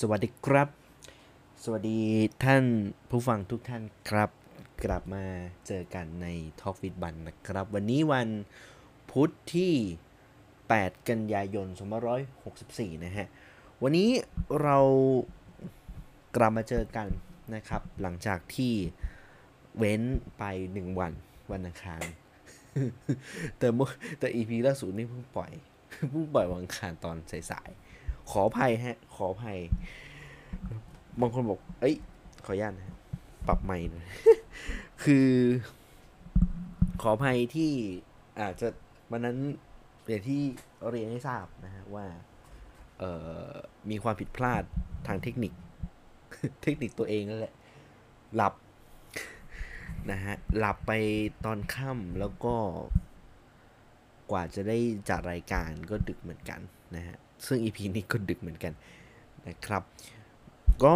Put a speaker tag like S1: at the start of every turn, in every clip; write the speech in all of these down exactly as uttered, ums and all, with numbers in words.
S1: สวัสดีครับสวัสดีท่านผู้ฟังทุกท่านครับกลับมาเจอกันใน Talk with บันนะครับวันนี้วันพุธที่แปดกันยายนสองพันห้าร้อยหกสิบสี่นะฮะวันนี้เรากลับมาเจอกันนะครับหลังจากที่เว้นไปหนึ่งวันวันอังคารแต่เมื่อแต่ อี พี ล่าสุดนี่เพิ่งปล่อยเพิ่งปล่อยวันอังคารตอนสายๆขออภัยฮะขออภัยบางคนบอกเอ้ยขออนุญาตนะปรับใหม่หน่อย คือขออภัยที่อาจจะวันนั้นอย่างที่เรียนให้ทราบนะฮะว่าเอ่อมีความผิดพลาดทางเทคนิค เทคนิคตัวเองนั่นแหละหลับนะฮะหลับไปตอนค่ำแล้วก็กว่าจะได้จัดรายการก็ดึกเหมือนกันนะฮะซึ่ง อี พี นี้ก็ดึกเหมือนกันนะครับก็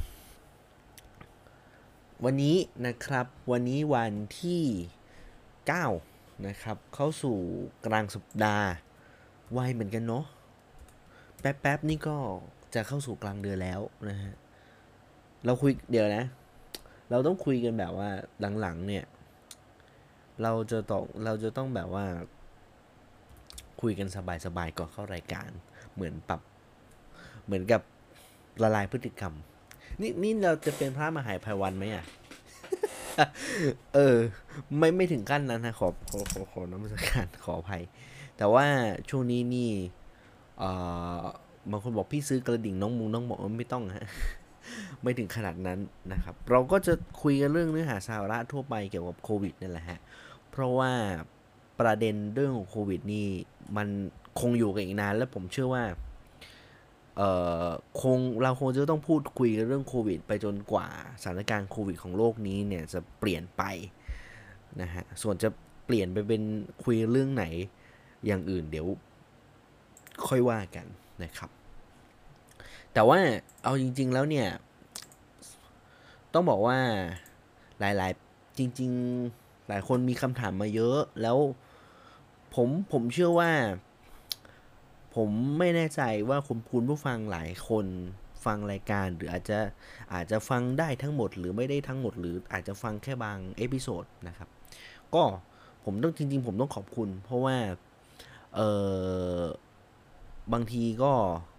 S1: วันนี้นะครับวันนี้วันที่เก้านะครับเข้าสู่กลางสัปดาห์ไวเหมือนกันเนาะแป๊บๆนี่ก็จะเข้าสู่กลางเดือนแล้วนะฮะเราคุยเดี๋ยวนะเราต้องคุยกันแบบว่าหลังๆเนี่ยเราจะต้องเราจะต้องแบบว่าคุยกันสบายๆก่อนเข้ารายการเหมือนปรับเหมือนกับละลายพฤติกรรมนี่นี่เราจะเป็นพระมหาภัยวันไหมอ่ะ เออไม่ไม่ถึงขั้นนั้นนะขอขอขอขอน้ำมัสการขออภัยแต่ว่าช่วงนี้นี่เอ่อบางคนบอกพี่ซื้อกระดิ่งน้องมุงน้องบอกว่าไม่ต้องฮะ ไม่ถึงขนาดนั้นนะครับเราก็จะคุยกันเรื่องเนื้อหาสาระทั่วไปเกี่ยวกับโควิดนั่นแหละฮะเพราะว่าประเด็นเรื่องของโควิดนี่มันคงอยู่กันอีกนานและผมเชื่อว่าเอ่อคงเราคงจะต้องพูดคุยกันเรื่องโควิดไปจนกว่าสถานการณ์โควิดของโลกนี้เนี่ยจะเปลี่ยนไปนะฮะส่วนจะเปลี่ยนไปเป็นคุยเรื่องไหนอย่างอื่นเดี๋ยวค่อยว่ากันนะครับแต่ว่าเอาจริงๆแล้วเนี่ยต้องบอกว่าหลายๆจริงๆหลายคนมีคำถามมาเยอะแล้วผมผมเชื่อว่า ผมไม่แน่ใจว่าคุณคุณผู้ฟังหลายคนฟังรายการหรืออาจจะอาจจะฟังได้ทั้งหมดหรือไม่ได้ทั้งหมดหรืออาจจะฟังแค่บางเอพิโซดนะครับก็ผมต้องจริงๆผมต้องขอบคุณเพราะว่าเออบางทีก็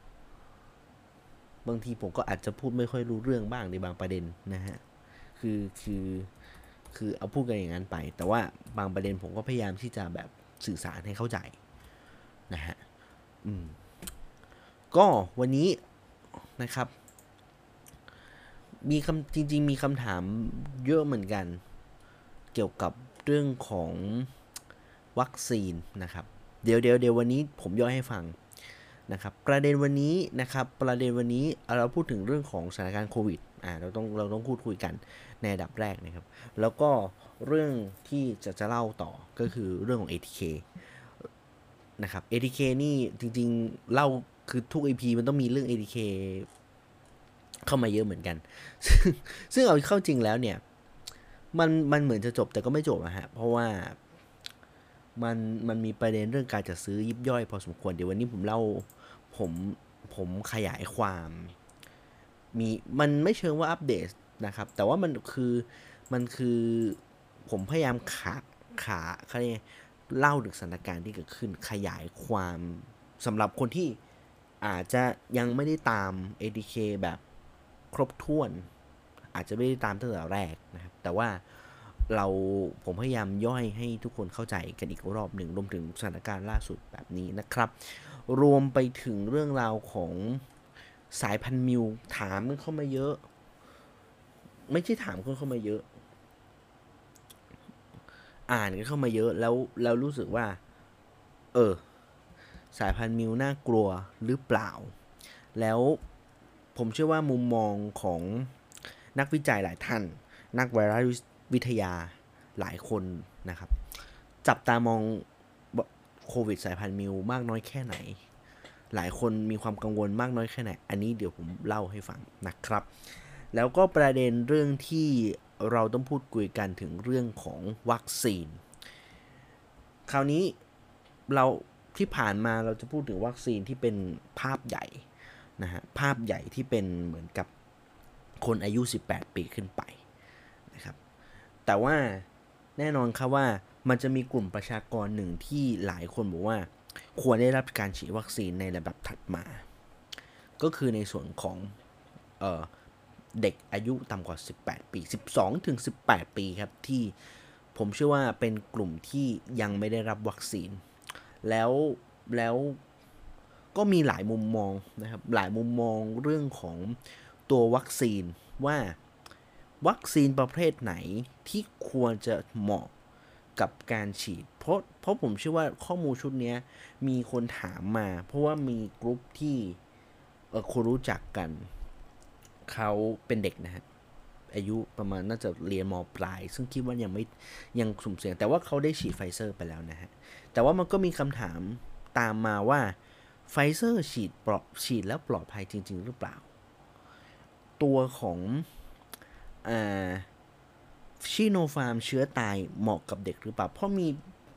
S1: บางทีผมก็อาจจะพูดไม่ค่อยรู้เรื่องบ้างในบางประเด็นนะฮะคือคือคือเอาพูดกันอย่างนั้นไปแต่ว่าบางประเด็นผมก็พยายามที่จะแบบสื่อสารให้เข้าใจนะฮะอืม ก็วันนี้นะครับมีคำจริงๆมีคำถามเยอะเหมือนกันเกี่ยวกับเรื่องของวัคซีนนะครับเดี๋ยวเดี๋ยวเดี๋ยววันนี้ผมย่อยให้ฟังนะครับประเด็นวันนี้นะครับประเด็นวันนี้เราพูดถึงเรื่องของสถานการณ์โควิดอ่าเราต้องเราต้องพูดคุยกันในอันดับแรกนะครับแล้วก็เรื่องที่จะจะเล่าต่อก็คือเรื่องของ เอ ที เค นะครับ เอ ที เค นี่จริงๆเล่าคือทุก อี พี มันต้องมีเรื่อง เอ ที เค เข้ามาเยอะเหมือนกัน ซึ่งซึ่งเอาเข้าจริงแล้วเนี่ยมันมันเหมือนจะจบแต่ก็ไม่จบอะฮะเพราะว่ามันมันมีประเด็นเรื่องการจัดซื้อยิบย่อยพอสมควรเดี๋ยววันนี้ผมเล่าผมผมขยายความมีมันไม่เชิงว่าอัปเดตนะครับแต่ว่ามันคือมันคือผมพยายามขาขาเขาเรียกเล่าถึงสถานการณ์ที่เกิดขึ้นขยายความสำหรับคนที่อาจจะยังไม่ได้ตาม เอ ที เค แบบครบถ้วนอาจจะไม่ได้ตามตั้งแต่แรกนะครับแต่ว่าเราผมพยายามย่อยให้ทุกคนเข้าใจกันอีกรอบหนึ่งรวมถึงสถานการณ์ล่าสุดแบบนี้นะครับรวมไปถึงเรื่องราวของสายพันธุ์มิวถามกันเข้ามาเยอะไม่ใช่ถามกันเข้ามาเยอะอ่านกันเข้ามาเยอะแล้วแล้วรู้สึกว่าเออสายพันธุ์มิวน่ากลัวหรือเปล่าแล้วผมเชื่อว่ามุมมองของนักวิจัยหลายท่านนักไวรัสวิทยาหลายคนนะครับจับตามองโควิดสายพันธุ์มิวมากน้อยแค่ไหนหลายคนมีความกังวลมากน้อยแค่ไหนอันนี้เดี๋ยวผมเล่าให้ฟังนะครับแล้วก็ประเด็นเรื่องที่เราต้องพูดคุยกันถึงเรื่องของวัคซีนคราวนี้เราที่ผ่านมาเราจะพูดถึงวัคซีนที่เป็นภาพใหญ่นะฮะภาพใหญ่ที่เป็นเหมือนกับคนอายุสิบแปดปีขึ้นไปนะครับแต่ว่าแน่นอนครับว่ามันจะมีกลุ่มประชากรหนึ่งที่หลายคนบอกว่าควรได้รับการฉีดวัคซีนในระดับถัดมาก็คือในส่วนของเอ่อเด็กอายุต่ำกว่าสิบแปดปีสิบสองถึงสิบแปดปีครับที่ผมเชื่อว่าเป็นกลุ่มที่ยังไม่ได้รับวัคซีนแล้วแล้วก็มีหลายมุมมองนะครับหลายมุมมองเรื่องของตัววัคซีนว่าวัคซีนประเภทไหนที่ควรจะเหมาะกับการฉีดเพราะเพราะผมเชื่อว่าข้อมูลชุดนี้มีคนถามมาเพราะว่ามีกลุ่มที่เออคนรู้จักกันเขาเป็นเด็กนะฮะอายุประมาณน่าจะเรียนมปลายซึ่งคิดว่ายังไม่ยังสุ่มเสี่ยงแต่ว่าเขาได้ฉีดไฟเซอร์ไปแล้วนะฮะแต่ว่ามันก็มีคำถามตามมาว่าไฟเซอร์ฉีดปลอดฉีดแล้วปลอดภัยจริงๆหรือเปล่าตัวของอ่าชิโนฟาร์มเชื้อตายเหมาะกับเด็กหรือเปล่าเพราะมี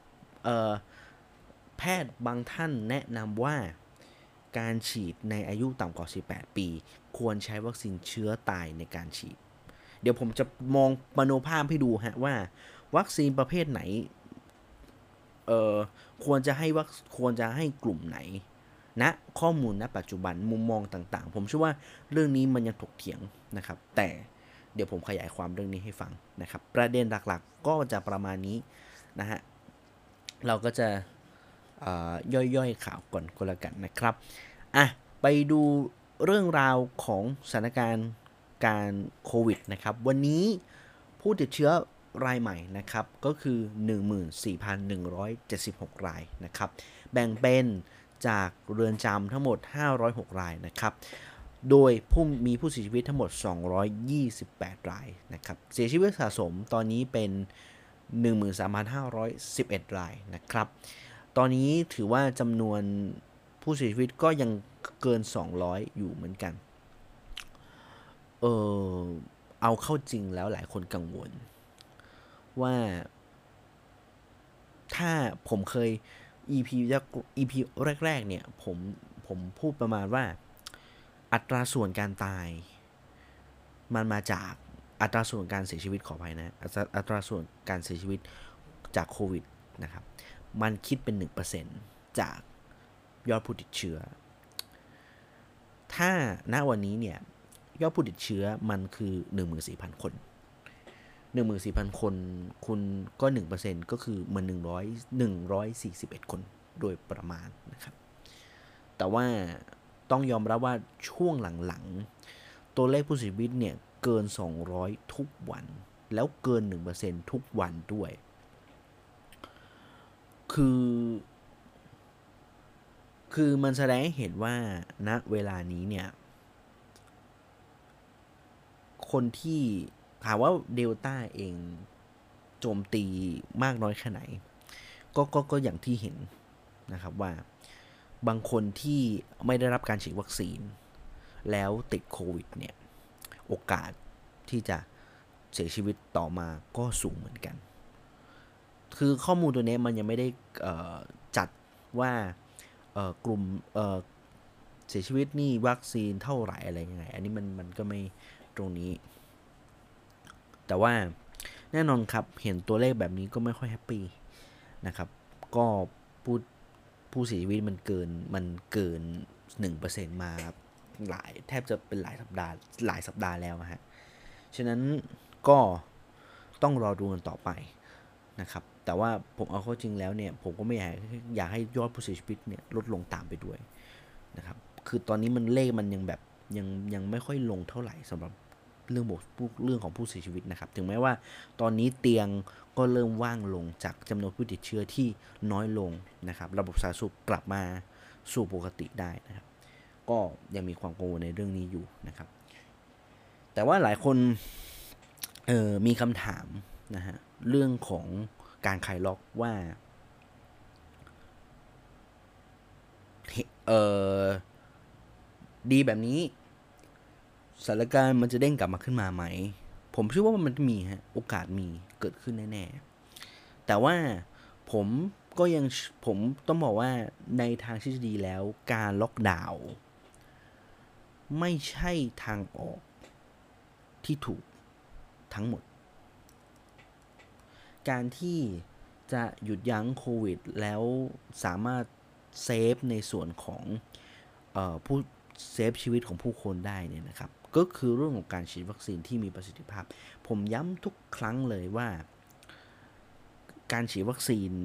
S1: แพทย์บางท่านแนะนำว่าการฉีดในอายุต่ำกว่าสิบแปดปีควรใช้วัคซีนเชื้อตายในการฉีดเดี๋ยวผมจะมองมโนภาพให้ดูฮะว่าวัคซีนประเภทไหนเอ่อควรจะให้วัคควรจะให้กลุ่มไหนณนะข้อมูลณนะปัจจุบันมุมมองต่างๆผมเชื่อว่าเรื่องนี้มันยังถกเถียงนะครับแต่เดี๋ยวผมขยายความเรื่องนี้ให้ฟังนะครับประเด็นหลักๆก็จะประมาณนี้นะฮะเราก็จะย่อยๆข่าวก่อนก็แล้วกันนะครับอ่ะไปดูเรื่องราวของสถานการณ์การโควิดนะครับวันนี้ผู้ติดเชื้อรายใหม่นะครับก็คือ หนึ่งหมื่นสี่พันหนึ่งร้อยเจ็ดสิบหก รายนะครับแบ่งเป็นจากเรือนจำทั้งหมดห้าร้อยหกรายนะครับโดยผู้มีผู้เสียชีวิตทั้งหมดสองร้อยยี่สิบแปดรายนะครับเสียชีวิตสะสมตอนนี้เป็น หนึ่งหมื่นสามพันห้าร้อยสิบเอ็ด รายนะครับตอนนี้ถือว่าจำนวนผู้เสียชีวิตก็ยังเกินสองร้อยอยู่เหมือนกันเออเอาเข้าจริงแล้วหลายคนกังวลว่าถ้าผมเคย อี พี อี พี แรกๆเนี่ยผมผมพูดประมาณว่าอัตราส่วนการตายมันมาจากอัตราส่วนการเสียชีวิตขออภัยนะอัตราส่วนการเสียชีวิตจากโควิดนะครับมันคิดเป็น หนึ่งเปอร์เซ็นต์ จากยอดผู้ติดเชื้อถ้าณวันนี้เนี่ยยอดผู้ติดเชื้อมันคือ หนึ่งหมื่นสี่พัน คน หนึ่งหมื่นสี่พัน คนคุณก็ หนึ่งเปอร์เซ็นต์ ก็คือมันหนึ่งร้อย หนึ่งร้อยสี่สิบเอ็ดคนโดยประมาณนะครับแต่ว่าต้องยอมรับว่าช่วงหลังๆตัวเลขผู้เสียชีวิตเนี่ยเกินสองร้อยทุกวันแล้วเกิน หนึ่งเปอร์เซ็นต์ ทุกวันด้วยคือคือมันแสดงให้เห็นว่าณเวลานี้เนี่ยคนที่ถามว่าเดลต้าเองโจมตีมากน้อยแค่ไหนก็ก็ก็อย่างที่เห็นนะครับว่าบางคนที่ไม่ได้รับการฉีดวัคซีนแล้วติดโควิดเนี่ยโอกาสที่จะเสียชีวิตต่อมาก็สูงเหมือนกันคือข้อมูลตัวนี้มันยังไม่ได้จัดว่ากลุ่มเสียชีวิตนี่วัคซีนเท่าไหร่อะไรยังไงอันนี้มันมันก็ไม่ตรงนี้แต่ว่าแน่นอนครับเห็นตัวเลขแบบนี้ก็ไม่ค่อยแฮปปี้นะครับก็ผู้ผู้เสียชีวิตมันเกินมันเกิน หนึ่งเปอร์เซ็นต์ มาหลายแทบจะเป็นหลายสัปดาห์หลายสัปดาห์แล้วฮะฉะนั้นก็ต้องรอดูกันต่อไปนะครับแต่ว่าผมเอาเข้าจริงแล้วเนี่ยผมก็ไม่อยากอยากให้ยอดผู้เสียชีวิตเนี่ยลดลงตามไปด้วยนะครับคือตอนนี้มันเลขมันยังแบบยังยังไม่ค่อยลงเท่าไหร่สำหรับเรื่องเรื่องของผู้เสียชีวิตนะครับถึงแม้ว่าตอนนี้เตียงก็เริ่มว่างลงจากจำนวนผู้ติดเชื้อที่น้อยลงนะครับระบบสาธารณสุขกลับมาสู่ปกติได้นะครับก็ยังมีความกังวลในเรื่องนี้อยู่นะครับแต่ว่าหลายคนเอ่อมีคำถามนะฮะเรื่องของการคลายล็อกว่าเอ่อดีแบบนี้สถานการณ์มันจะเด้งกลับมาขึ้นมาไหมผมเชื่อว่ามันมีฮะโอกาสมีเกิดขึ้นแน่ๆแต่ว่าผมก็ยังผมต้องบอกว่าในทางทฤษฎีแล้วการล็อกดาวน์ไม่ใช่ทางออกที่ถูกทั้งหมดการที่จะหยุดยั้งโควิดแล้วสามารถเซฟในส่วนของเอ่อผู้เซฟชีวิตของผู้คนได้เนี่ยนะครับก็คือเรื่องของการฉีดวัคซีนที่มีประสิทธิภาพผมย้ำทุกครั้งเลยว่าการฉีดวัคซีน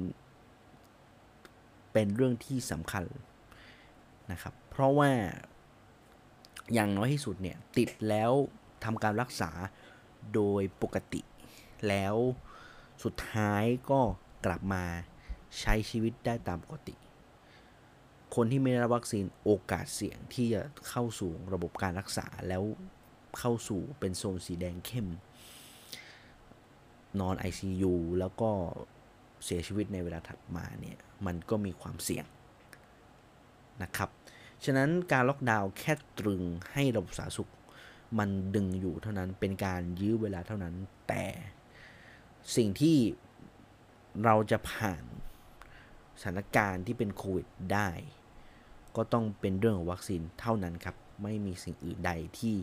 S1: เป็นเรื่องที่สำคัญนะครับเพราะว่าอย่างน้อยที่สุดเนี่ยติดแล้วทำการรักษาโดยปกติแล้วสุดท้ายก็กลับมาใช้ชีวิตได้ตามปกติคนที่ไม่ได้รับวัคซีนโอกาสเสี่ยงที่จะเข้าสู่ระบบการรักษาแล้วเข้าสู่เป็นโซนสีแดงเข้มนอน ไอ ซี ยู แล้วก็เสียชีวิตในเวลาถัดมาเนี่ยมันก็มีความเสี่ยงนะครับฉะนั้นการล็อกดาวน์แค่ตรึงให้ระบบสาธารณสุขมันดึงอยู่เท่านั้นเป็นการยื้อเวลาเท่านั้นแต่สิ่งที่เราจะผ่านสถานการณ์ที่เป็นโควิดได้ก็ต้องเป็นเรื่องของวัคซีนเท่านั้นครับไม่มีสิ่งอื่นใดที่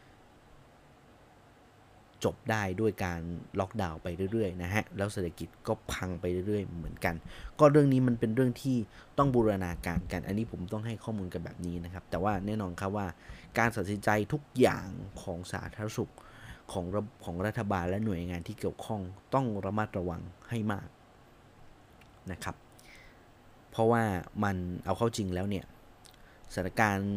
S1: จบได้ด้วยการล็อกดาวน์ไปเรื่อยๆนะฮะแล้วเศรษฐกิจก็พังไปเรื่อยๆเหมือนกันก็เรื่องนี้มันเป็นเรื่องที่ต้องบูรณาการกันอันนี้ผมต้องให้ข้อมูลกันแบบนี้นะครับแต่ว่าแน่นอนครับว่าการตัดสินใจทุกอย่างของสาธารณสุขของของรัฐบาลและหน่วยงานที่เกี่ยวข้องต้องระมัดระวังให้มากนะครับเพราะว่ามันเอาเข้าจริงแล้วเนี่ยสถานการณ์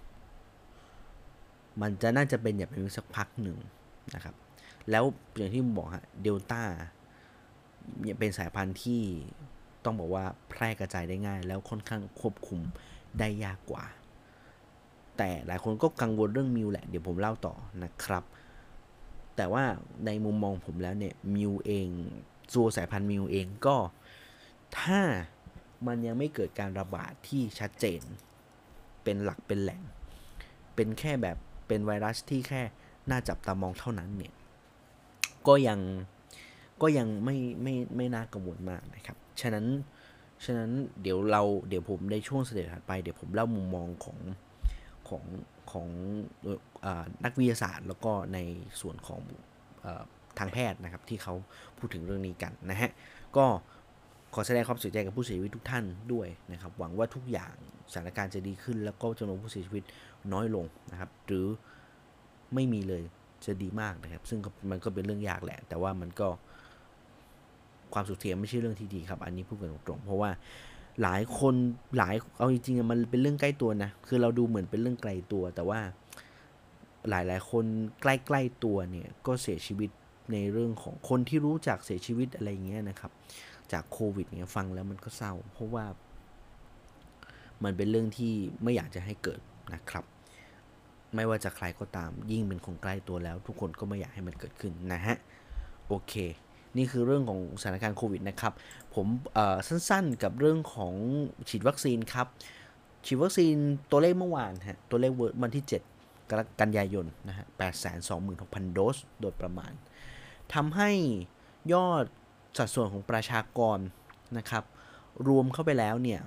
S1: มันจะน่าจะเป็นอย่างนี้สักพักหนึ่งนะครับแล้วอย่างที่ผมบอกฮะเดลต้าเป็นสายพันธุ์ที่ต้องบอกว่าแพร่กระจายได้ง่ายแล้วค่อนข้างควบคุมได้ยากกว่าแต่หลายคนก็กังวลเรื่องมิวแหละเดี๋ยวผมเล่าต่อนะครับแต่ว่าในมุมมองผมแล้วเนี่ยมิวเองตัวสายพันธุ์มิวเองก็ถ้ามันยังไม่เกิดการระบาดที่ชัดเจนเป็นหลักเป็นแหล่งเป็นแค่แบบเป็นไวรัสที่แค่น่าจับตามองเท่านั้นเนี่ยก็ยังก็ยังไม่ไม่ไม่น่ากังวลมากนะครับฉะนั้นฉะนั้นเดี๋ยวเราเดี๋ยวผมในช่วงสเตจถัดไปเดี๋ยวผมเล่ามุมมองของของของนักวิทยาศาสตร์แล้วก็ในส่วนของทางแพทย์นะครับที่เขาพูดถึงเรื่องนี้กันนะฮะก็ขอแสดงความเสียใจกับผู้เสียชีวิตทุกท่านด้วยนะครับหวังว่าทุกอย่างสถานการณ์จะดีขึ้นแล้วก็จำนวนผู้เสียชีวิตน้อยลงนะครับหรือไม่มีเลยจะดีมากนะครับซึ่งมันก็เป็นเรื่องยากแหละแต่ว่ามันก็ความสูญเสียไม่ใช่เรื่องที่ดีครับอันนี้พูดกันตรงๆเพราะว่าหลายคนหลายเอาจริงๆมันเป็นเรื่องใกล้ตัวนะคือเราดูเหมือนเป็นเรื่องไกลตัวแต่ว่าหลายๆคนใกล้ๆตัวเนี่ยก็เสียชีวิตในเรื่องของคนที่รู้จักเสียชีวิตอะไรเงี้ยนะครับจากโควิดเนี่ยฟังแล้วมันก็เศร้าเพราะว่ามันเป็นเรื่องที่ไม่อยากจะให้เกิดนะครับไม่ว่าจะใครก็ตามยิ่งเป็นคนใกล้ตัวแล้วทุกคนก็ไม่อยากให้มันเกิดขึ้นนะฮะโอเคนี่คือเรื่องของสถานการณ์โควิดนะครับผมสั้นๆกับเรื่องของฉีดวัคซีนครับฉีดวัคซีนตัวเลขเมื่อวานฮะตัวเลขวันที่เจ็ดกันยายนนะฮะ แปดแสนสองหมื่นหกพัน โดสโดยประมาณทำให้ยอดสัดส่วนของประชากรนะครับรวมเข้าไปแล้วเนี่ย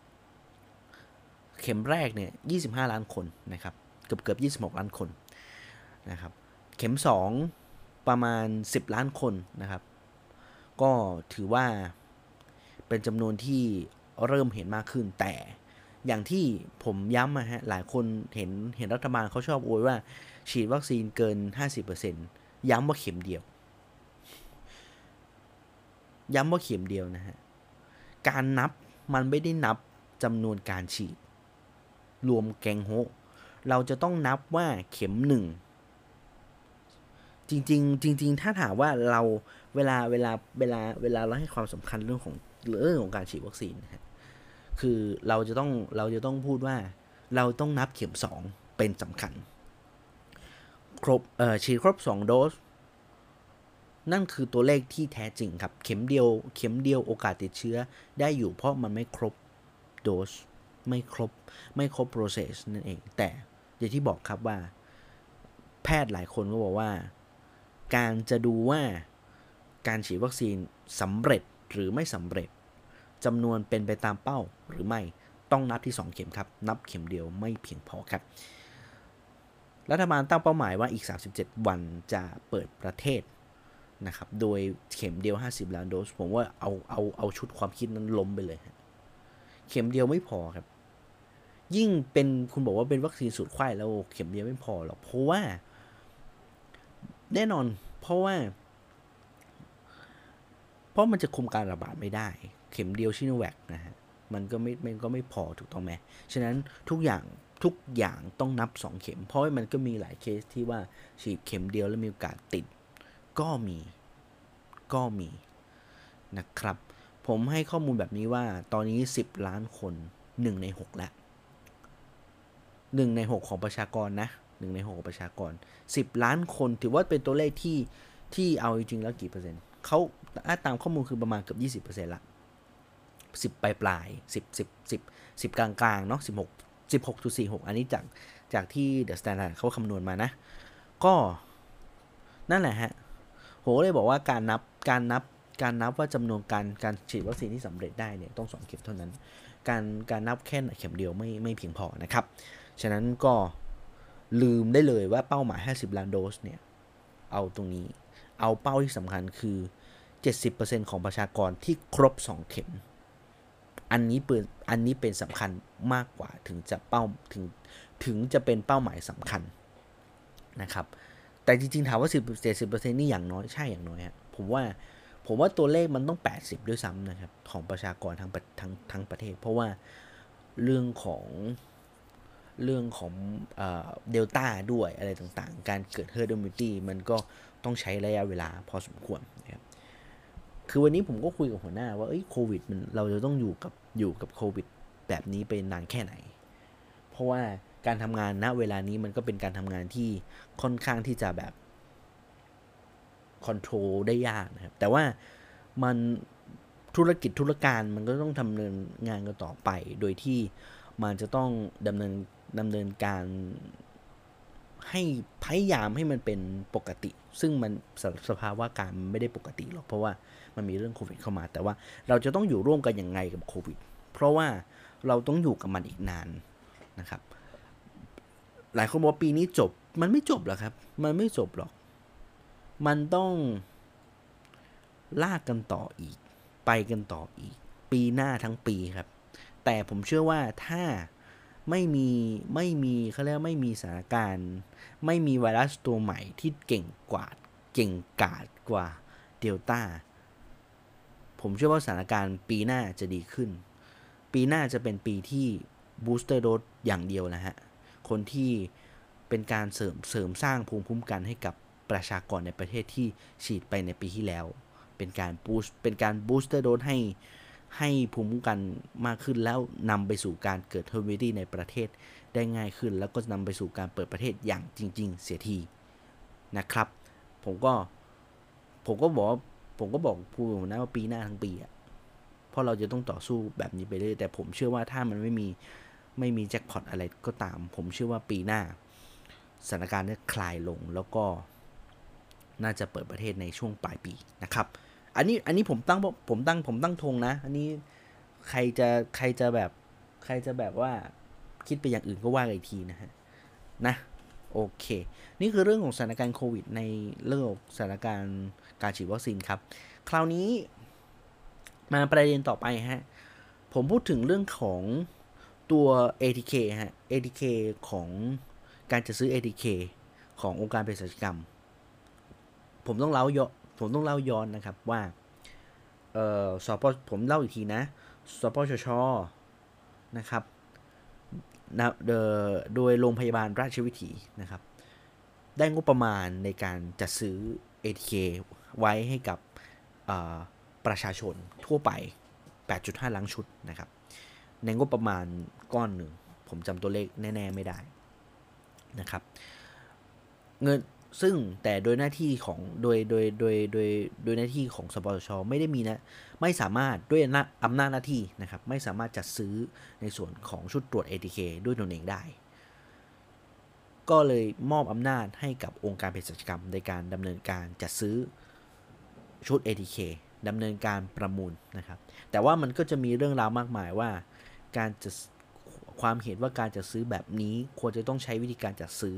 S1: เข็มแรกเนี่ยยี่สิบห้าล้านคนนะครับเกือบเกือบยี่สิบหกล้านคนนะครับเข็มสองประมาณสิบล้านคนนะครับก็ถือว่าเป็นจำนวนที่เริ่มเห็นมากขึ้นแต่อย่างที่ผมย้ำนะฮะหลายคนเห็นเห็นรัฐบาลเขาชอบโวยว่าฉีดวัคซีนเกิน ห้าสิบเปอร์เซ็นต์ ย้ำว่าเข็มเดียวย้ำว่าเข็มเดียวนะฮะการนับมันไม่ได้นับจำนวนการฉีดรวมแกงโฮเราจะต้องนับว่าเข็มหนึ่งจริงๆจริงๆถ้าถามว่าเราเวลาเวลาเวลาเวลาเราให้ความสำคัญเรื่องของเรื่องของการฉีดวัคซีนนะฮะคือเราจะต้องเราจะต้องพูดว่าเราต้องนับเข็มสองเป็นสำคัญครบเอ่อฉีดครบสองโดสนั่นคือตัวเลขที่แท้จริงครับเข็มเดียวเข็มเดียวโอกาสติดเชื้อได้อยู่เพราะมันไม่ครบโดสไม่ครบไม่ครบ process นั่นเองแต่อย่างที่บอกครับว่าแพทย์หลายคนก็บอกว่าการจะดูว่าการฉีดวัคซีนสำเร็จหรือไม่สำเร็จจำนวนเป็นไปตามเป้าหรือไม่ต้องนับที่สองเข็มครับนับเข็มเดียวไม่เพียงพอครับรัฐบาลตั้งเป้าหมายว่าอีกสามสิบเจ็ดวันจะเปิดประเทศนะครับโดยเข็มเดียวห้าสิบล้านโดสผมว่าเอาเอาเอาชุดความคิดนั้นล้มไปเลยเข็มเดียวไม่พอครับยิ่งเป็นคุณบอกว่าเป็นวัคซีนสูตรไข้แล้วเข็มเดียวไม่พอหรอกเพราะว่าแน่นอนเพราะว่าเพราะมันจะคุมการระบาดไม่ได้เข็มเดียวชิโนแวคนะฮะมันก็ไม่มันก็ไม่พอถูกต้องไหมฉะนั้นทุกอย่างทุกอย่างต้องนับสองเข็มเพราะว่ามันก็มีหลายเคสที่ว่าฉีดเข็มเดียวแล้วมีโอกาสติดก็มีก็มีนะครับผมให้ข้อมูลแบบนี้ว่าตอนนี้สิบล้านคนหนึ่งในหกแล้วหนึ่งในหกของประชากรนะหนึ่งในหกของประชากรสิบล้านคนถือว่าเป็นตัวเลขที่ที่เอาจริงๆแล้วกี่เปอร์เซ็นต์เขาตามข้อมูลคือประมาณเกือบ ยี่สิบเปอร์เซ็นต์ ละสิบปลายปลายสิบ สิบ สิบ สิบกลางๆเนาะสิบหก สิบหกจุดสี่หก อันนี้จากจากที่ The Standard เขาคำนวณมานะก็นั่นแหละฮะโหเลยบอกว่าการนับการนับการนับว่าจำนวนการการฉีดวัคซีนที่สำเร็จได้เนี่ยต้องสองเข็มเท่านั้นการการนับแค่เข็มเดียวไม่ไม่เพียงพอนะครับฉะนั้นก็ลืมได้เลยว่าเป้าหมายห้าสิบล้านโดสเนี่ยเอาตรงนี้เอาเป้าที่สำคัญคือ เจ็ดสิบเปอร์เซ็นต์ ของประชากรที่ครบสองเข็มอันนี้เป็นอันนี้เป็นสำคัญมากกว่าถึงจะเป้าถึงถึงจะเป็นเป้าหมายสำคัญนะครับแต่จริงๆถามว่าสิบ เจ็ดสิบเปอร์เซ็นต์ นี่อย่างน้อยใช่อย่างน้อยฮะผมว่าผมว่าตัวเลขมันต้องแปดสิบด้วยซ้ำนะครับของประชากรทั้งทั้งทั้งประเทศเพราะว่าเรื่องของเรื่องของเดลต้าด้วยอะไรต่างๆการเกิด herd immunity มันก็ต้องใช้ระยะเวลาพอสมควรนะครับคือวันนี้ผมก็คุยกับหัวหน้าว่าเอ้ยโควิดมันเราจะต้องอยู่กับอยู่กับโควิดแบบนี้ไปนานแค่ไหนเพราะว่าการทำงานณเวลานี้มันก็เป็นการทำงานที่ค่อนข้างที่จะแบบคอนโทรลได้ยากนะครับแต่ว่ามันธุรกิจธุรการมันก็ต้องดำเนินงานกันต่อไปโดยที่มันจะต้องดำเนินดำเนินการให้พยายามให้มันเป็นปกติซึ่งมันสภาวะการไม่ได้ปกติหรอกเพราะว่ามันมีเรื่องโควิดเข้ามาแต่ว่าเราจะต้องอยู่ร่วมกันยังไงกับโควิดเพราะว่าเราต้องอยู่กับมันอีกนานนะครับหลายคนบอกว่าปีนี้จบมันไม่จบหรอกครับมันไม่จบหรอกมันต้องลากกันต่ออีกไปกันต่ออีกปีหน้าทั้งปีครับแต่ผมเชื่อว่าถ้าไม่มีไม่มีเขาเรียกไม่มีสถานการณ์ไม่มีไวรัสตัวใหม่ที่เก่งกว่าเก่งกาจกว่าเดลต้าผมเชื่อว่าสถานการณ์ปีหน้าจะดีขึ้นปีหน้าจะเป็นปีที่บูสเตอร์โดสอย่างเดียวนะฮะคนที่เป็นการเสริมเสริมสร้างภูมิคุ้มกันให้กับประชากรในประเทศที่ฉีดไปในปีที่แล้วเป็นการบูสเป็นการบูสเตอร์โดสให้ให้ภูมิคุ้มกันมากขึ้นแล้วนำไปสู่การเกิด herd immunity ในประเทศได้ง่ายขึ้นแล้วก็นำไปสู่การเปิดประเทศอย่างจริงๆเสียทีนะครับผมก็ผมก็บอกผมก็บอกผู้หัวหน้าว่าปีหน้าทั้งปีอ่ะเพราะเราจะต้องต่อสู้แบบนี้ไปเรื่อยแต่ผมเชื่อว่าถ้ามันไม่มีไม่มีแจ็คพอตอะไรก็ตามผมเชื่อว่าปีหน้าสถานการณ์จะคลายลงแล้วก็น่าจะเปิดประเทศในช่วงปลายปีนะครับอันนี้อันนี้ผมตั้งผมตั้งผมตั้งธงนะอันนี้ใครจะใครจะแบบใครจะแบบว่าคิดไปอย่างอื่นก็ว่ากันอีกทีนะฮะนะโอเคนี่คือเรื่องของสถานการณ์โควิดในเรื่องของสถานการณ์การฉีดวัคซีนครับคราวนี้มาประเด็นต่อไปฮะผมพูดถึงเรื่องของตัว เอ ที เค ฮะ เอ ที เค ของการจะซื้อ เอ ที เค ขององค์การเภสัชกรรมผมต้องเล่าย้อนผมต้องเล่าย้อนนะครับว่าเอ่อสปผมเล่าอีกทีนะสปชชนะครับนะโดยโรงพยาบาลราชวิถีนะครับได้งบประมาณในการจัดซื้อ เอ ที เค ไว้ให้กับประชาชนทั่วไป แปดจุดห้า ล้านชุดนะครับในงบประมาณก้อนหนึ่งผมจำตัวเลขแน่ๆไม่ได้นะครับเงินซึ่งแต่โดยหน้าที่ของโดยโดยโดยโดยโดยหน้าที่ของสปสชไม่ได้มีนะไม่สามารถด้วยอำนาจหน้าที่นะครับไม่สามารถจัดซื้อในส่วนของชุดตรวจ เอ ที เค ด้วยตนเองได้ก็เลยมอบอำนาจให้กับองค์การเภสัชกรรมในการดำเนินการจัดซื้อชุด เอ ที เค ดำเนินการประมูลนะครับแต่ว่ามันก็จะมีเรื่องราวมากมายว่าการจะความเห็นว่าการจัดซื้อแบบนี้ควรจะต้องใช้วิธีการจัดซื้อ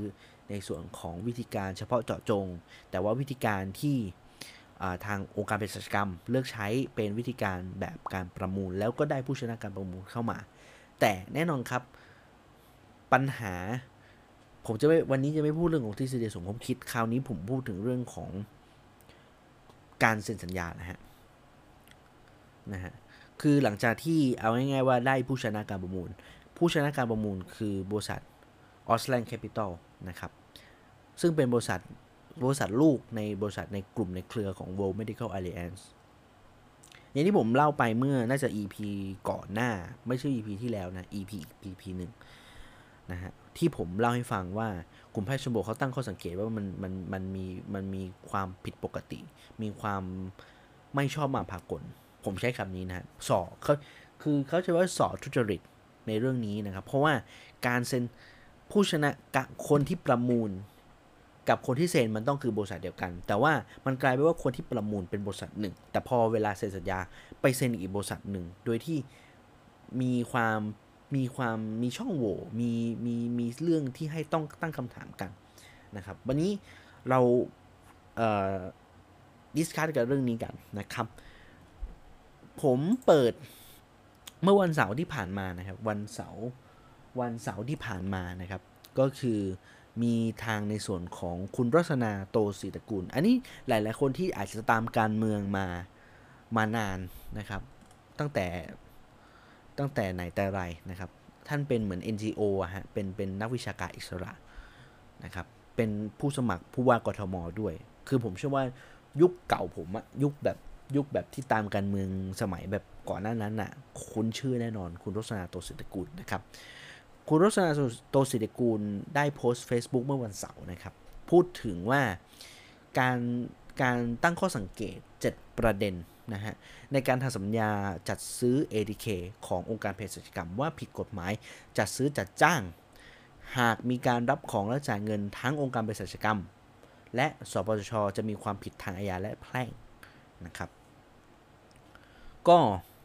S1: ในส่วนของวิธีการเฉพาะเจาะจงแต่ว่าวิธีการที่ทางองค์การเภสัชกรรมเลือกใช้เป็นวิธีการแบบการประมูลแล้วก็ได้ผู้ชนะการประมูลเข้ามาแต่แน่นอนครับปัญหาผมจะไม่วันนี้จะไม่พูดเรื่องของทฤษฎีสมคบคิดคราวนี้ผมพูดถึงเรื่องของการเซ็นสัญญานะฮะนะฮะคือหลังจากที่เอาง่ายๆว่าได้ผู้ชนะการประมูลผู้ชนะการประมูลคือบริษัท Auslan Capital นะครับซึ่งเป็นบริษัทบริษัทลูกในบริษัทในกลุ่มในเครือของ World Medical Alliance อย่างที่ผมเล่าไปเมื่อน่าจะ อี พี ก่อนหน้าไม่ใช่ อี พี ที่แล้วนะ อี พี อีก อี พี หนึ่งนะฮะที่ผมเล่าให้ฟังว่ากลุ่มแพทย์ชนบทเขาตั้งข้อสังเกตว่ามันมันมันมีมันมีความผิดปกติมีความไม่ชอบมาพากลผมใช้คำนี้นะสอเขาคือเขาใช้ว่าสอทุจริตในเรื่องนี้นะครับเพราะว่าการเซ็นผู้ชนะกับคนที่ประมูลกับคนที่เซ็นมันต้องคือบริษัทเดียวกันแต่ว่ามันกลายเป็นว่าคนที่ประมูลเป็นบริษัทหนึ่งแต่พอเวลาเซ็นสัญญาไปเซ็นอีกบริษัทหนึ่งโดยที่มีความมีความมีช่องโหว่มีมีมีเรื่องที่ให้ต้องตั้งคำถามกันนะครับวันนี้เราเอ่อดิสคัสกันเรื่องนี้กันนะครับผมเปิดเมื่อวันเสาร์ที่ผ่านมานะครับวันเสาร์วันเสาร์ที่ผ่านมานะครับก็คือมีทางในส่วนของคุณรสนาโตศิตกุลอันนี้หลายๆคนที่อาจจะตามการเมืองมามานานนะครับตั้งแต่ตั้งแต่ไหนแต่ไรนะครับท่านเป็นเหมือน เอ็น จี โอ อะฮะเป็นเป็นนักวิชาการอิสระนะครับเป็นผู้สมัครผู้ว่ากทมด้วยคือผมเชื่อว่ายุคเก่าผมอะยุคแบบยุคแบบที่ตามการเมืองสมัยแบบก่อนหน้านั้นน่ะคุ้นชื่อแน่นอนคุณรสนาโตศิตกุลนะครับคุณรสนาโตศิตกุลได้โพสต์ Facebook เมื่อวันเสาร์นะครับพูดถึงว่าการการตั้งข้อสังเกตเจ็ดประเด็นนะฮะในการทำสัญญาจัดซื้อ เอ ที เค ขององค์การเภสัชกรรมว่าผิดกฎหมายจัดซื้อจัดจ้างหากมีการรับของและจ่ายเงินทั้งองค์การเภสัชกรรมและสปสช.จะมีความผิดทางอาญาและแพ่งนะครับก็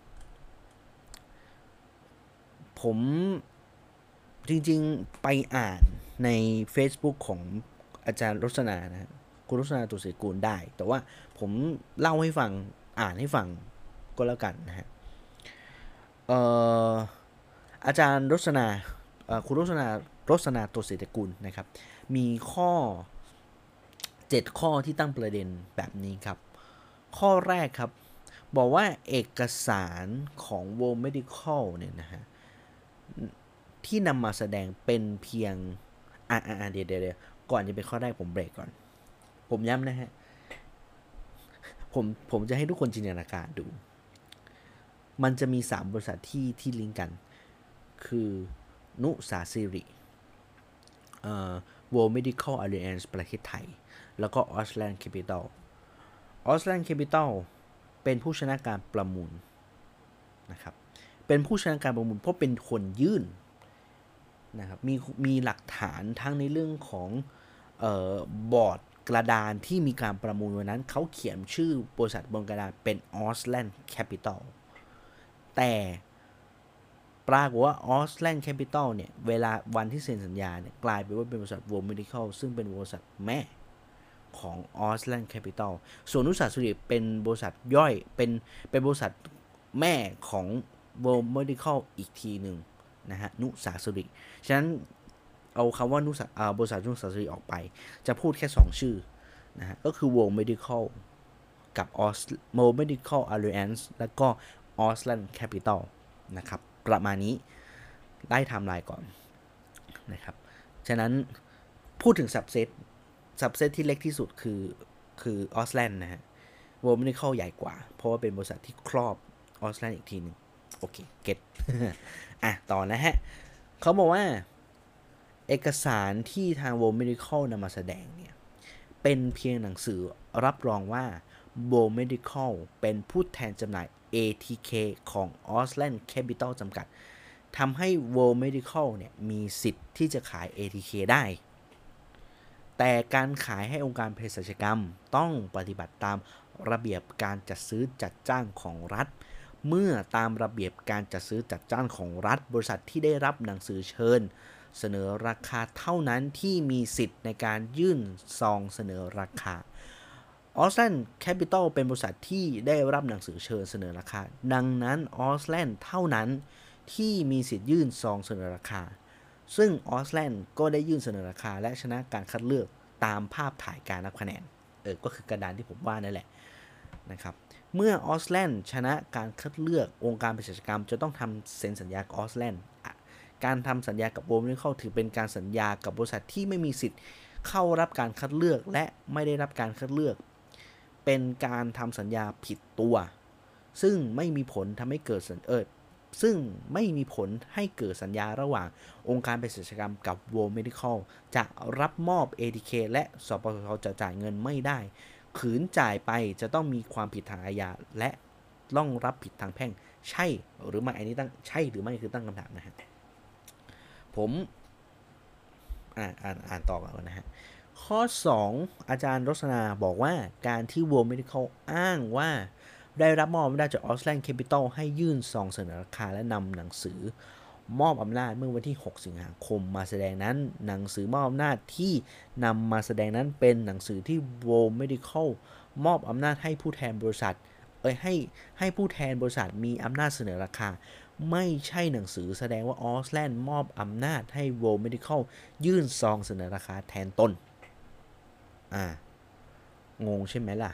S1: ผมจริงๆไปอ่านใน Facebook ของอาจารย์รสนานะคุณรสนาตุศิกูลได้แต่ว่าผมเล่าให้ฟังอ่านให้ฟังก็แล้วกันนะฮะเอ่ออาจารย์รสนาคุณรสนารสนาตุศิกูลนะครับมีข้อเจ็ดข้อที่ตั้งประเด็นแบบนี้ครับข้อแรกครับบอกว่าเอกสารของ World Medical เนี่ยนะฮะที่นำมาแสดงเป็นเพียงอ่าอ่าเดี๋ยวเดี๋ยวก่อนจะไปข้อแรกผมเบรกก่อนผมย้ำนะฮะผมผมจะให้ทุกคนจินตนาการดูมันจะมีสามบริษัทที่ที่ลิงก์กันคือนุสาสิริเอ่อ World Medical Alliance ประเทศไทยแล้วก็ Auslan Capital Auslan Capital เป็นผู้ชนะการประมูลนะครับเป็นผู้ชนะการประมูลเพราะเป็นคนยื่นนะครับมีมีหลักฐานทั้งในเรื่องของเอ่อบอร์ดกระดานที่มีการประมูลวันนั้นเขาเขียนชื่อบริษัทบนกระดานเป็น Auslan Capital แต่ปรากฏว่า Auslan Capital เนี่ยเวลาวันที่เซ็นสัญญาเนี่ยกลายเป็นว่าเป็นบริษัท World Medical ซึ่งเป็นบริษัทแม่ของ Auslan Capital ส่วนนุสาสุริเป็นบริษัทย่อยเป็นเป็นบริษัทแม่ของ World Medical อีกทีหนึ่งนะฮะนุสาสุริฉะนั้นเอาคำว่านุสาบริษัทนุสาสุริออกไปจะพูดแค่สองชื่อนะฮะก็คือ World Medical กับ World Medical Alliance แล้วก็ Auslan Capital นะครับประมาณนี้ได้ไทม์ไลน์ก่อนนะครับฉะนั้นพูดถึง subset subset ที่เล็กที่สุดคือคือ Auslan นะฮะ World Medical ใหญ่กว่าเพราะว่าเป็นบริษัทที่ครอบ Auslan อีกทีนึงโอเคเก็ต อ่ะต่อนะฮะเขาบอกว่าเอกสารที่ทาง World Medical นำมาแสดงเนี่ยเป็นเพียงหนังสือรับรองว่า World Medical เป็นผู้แทนจำหน่าย เอ ที เค ของ Auslan Capital จำกัดทำให้ World Medical เนี่ยมีสิทธิ์ที่จะขาย เอ ที เค ได้แต่การขายให้องค์การเภสัชกรรมต้องปฏิบัติตามระเบียบการจัดซื้อจัดจ้างของรัฐเมื่อตามระเบียบการจัดซื้อจัดจ้างของรัฐบริษัทที่ได้รับหนังสือเชิญเสนอราคาเท่านั้นที่มีสิทธิ์ในการยื่นซองเสนอราคา Auslan Capital เป็นบริษัทที่ได้รับหนังสือเชิญเสนอราคาดังนั้น Auslan เท่านั้นที่มีสิทธิ์ยื่นซองเสนอราคาซึ่ง Auslan ก็ได้ยื่นเสนอราคาและชนะการคัดเลือกตามภาพถ่ายการนับคะแนนเออก็คือกระดานที่ผมว่านั่นแหละนะครับเมื่อ Auslan ชนะการคัดเลือกองค์การเภสัชกรรมจะต้องทำเซ็นสัญญากับ Auslan การทำสัญญากับ World Medical ถือเป็นการสัญญากับบริษัทที่ไม่มีสิทธิ์เข้ารับการคัดเลือกและไม่ได้รับการคัดเลือกเป็นการทำสัญญาผิดตัวซึ่งไม่มีผลทำให้เกิดเออซึ่งไม่มีผลให้เกิดสัญญาระหว่างองค์การเภสัชกรรมกับ World Medical จะรับมอบ เอ ที เค และสปสช.จะจ่ายเงินไม่ได้ขืนจ่ายไปจะต้องมีความผิดทางอาญาและต้องรับผิดทางแพ่งใช่หรือไม่อันนี้ตั้งใช่หรือไม่คือตั้งคำถามนะฮะผมอ่านอ่านอ่านต่อกันนะฮะข้อสองอาจารย์รสนาบอกว่าการที่ World Medical อ้างว่าได้รับมอบอำนาจจาก Auslan Capital ให้ยื่นซองเสนอราคาและนำหนังสือมอบอำนาจเมื่อวันที่หกสิงหาคมมาแสดงนั้นหนังสือมอบอำนาจที่นำมาแสดงนั้นเป็นหนังสือที่ World Medical มอบอำนาจให้ผู้แทนบริษัทเอ้ยให้ให้ผู้แทนบริษัทมีอำนาจเสนอราคาไม่ใช่หนังสือแสดงว่า Auslan มอบอำนาจให้ World Medical ยื่นซองเสนอราคาแทนตนอ่างงใช่ไหมล่ะ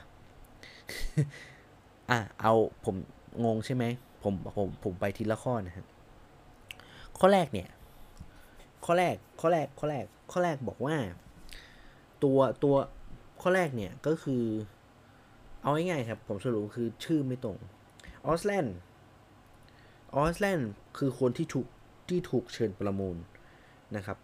S1: อ่ะเอาผมงงใช่ไหมผมผมผมไปทีละข้อนะฮะข้อแรกเนี่ยข้อแรกข้อแรกข้อแรกข้อแรกบอกว่าตัวตัวข้อแรกเนี่ยก็คือเอาง่ายๆครับผมสรุปคือชื่อไม่ตรง Auslan Auslan คือคนที่ถูกที่ถูกเชิญประมูลนะครับ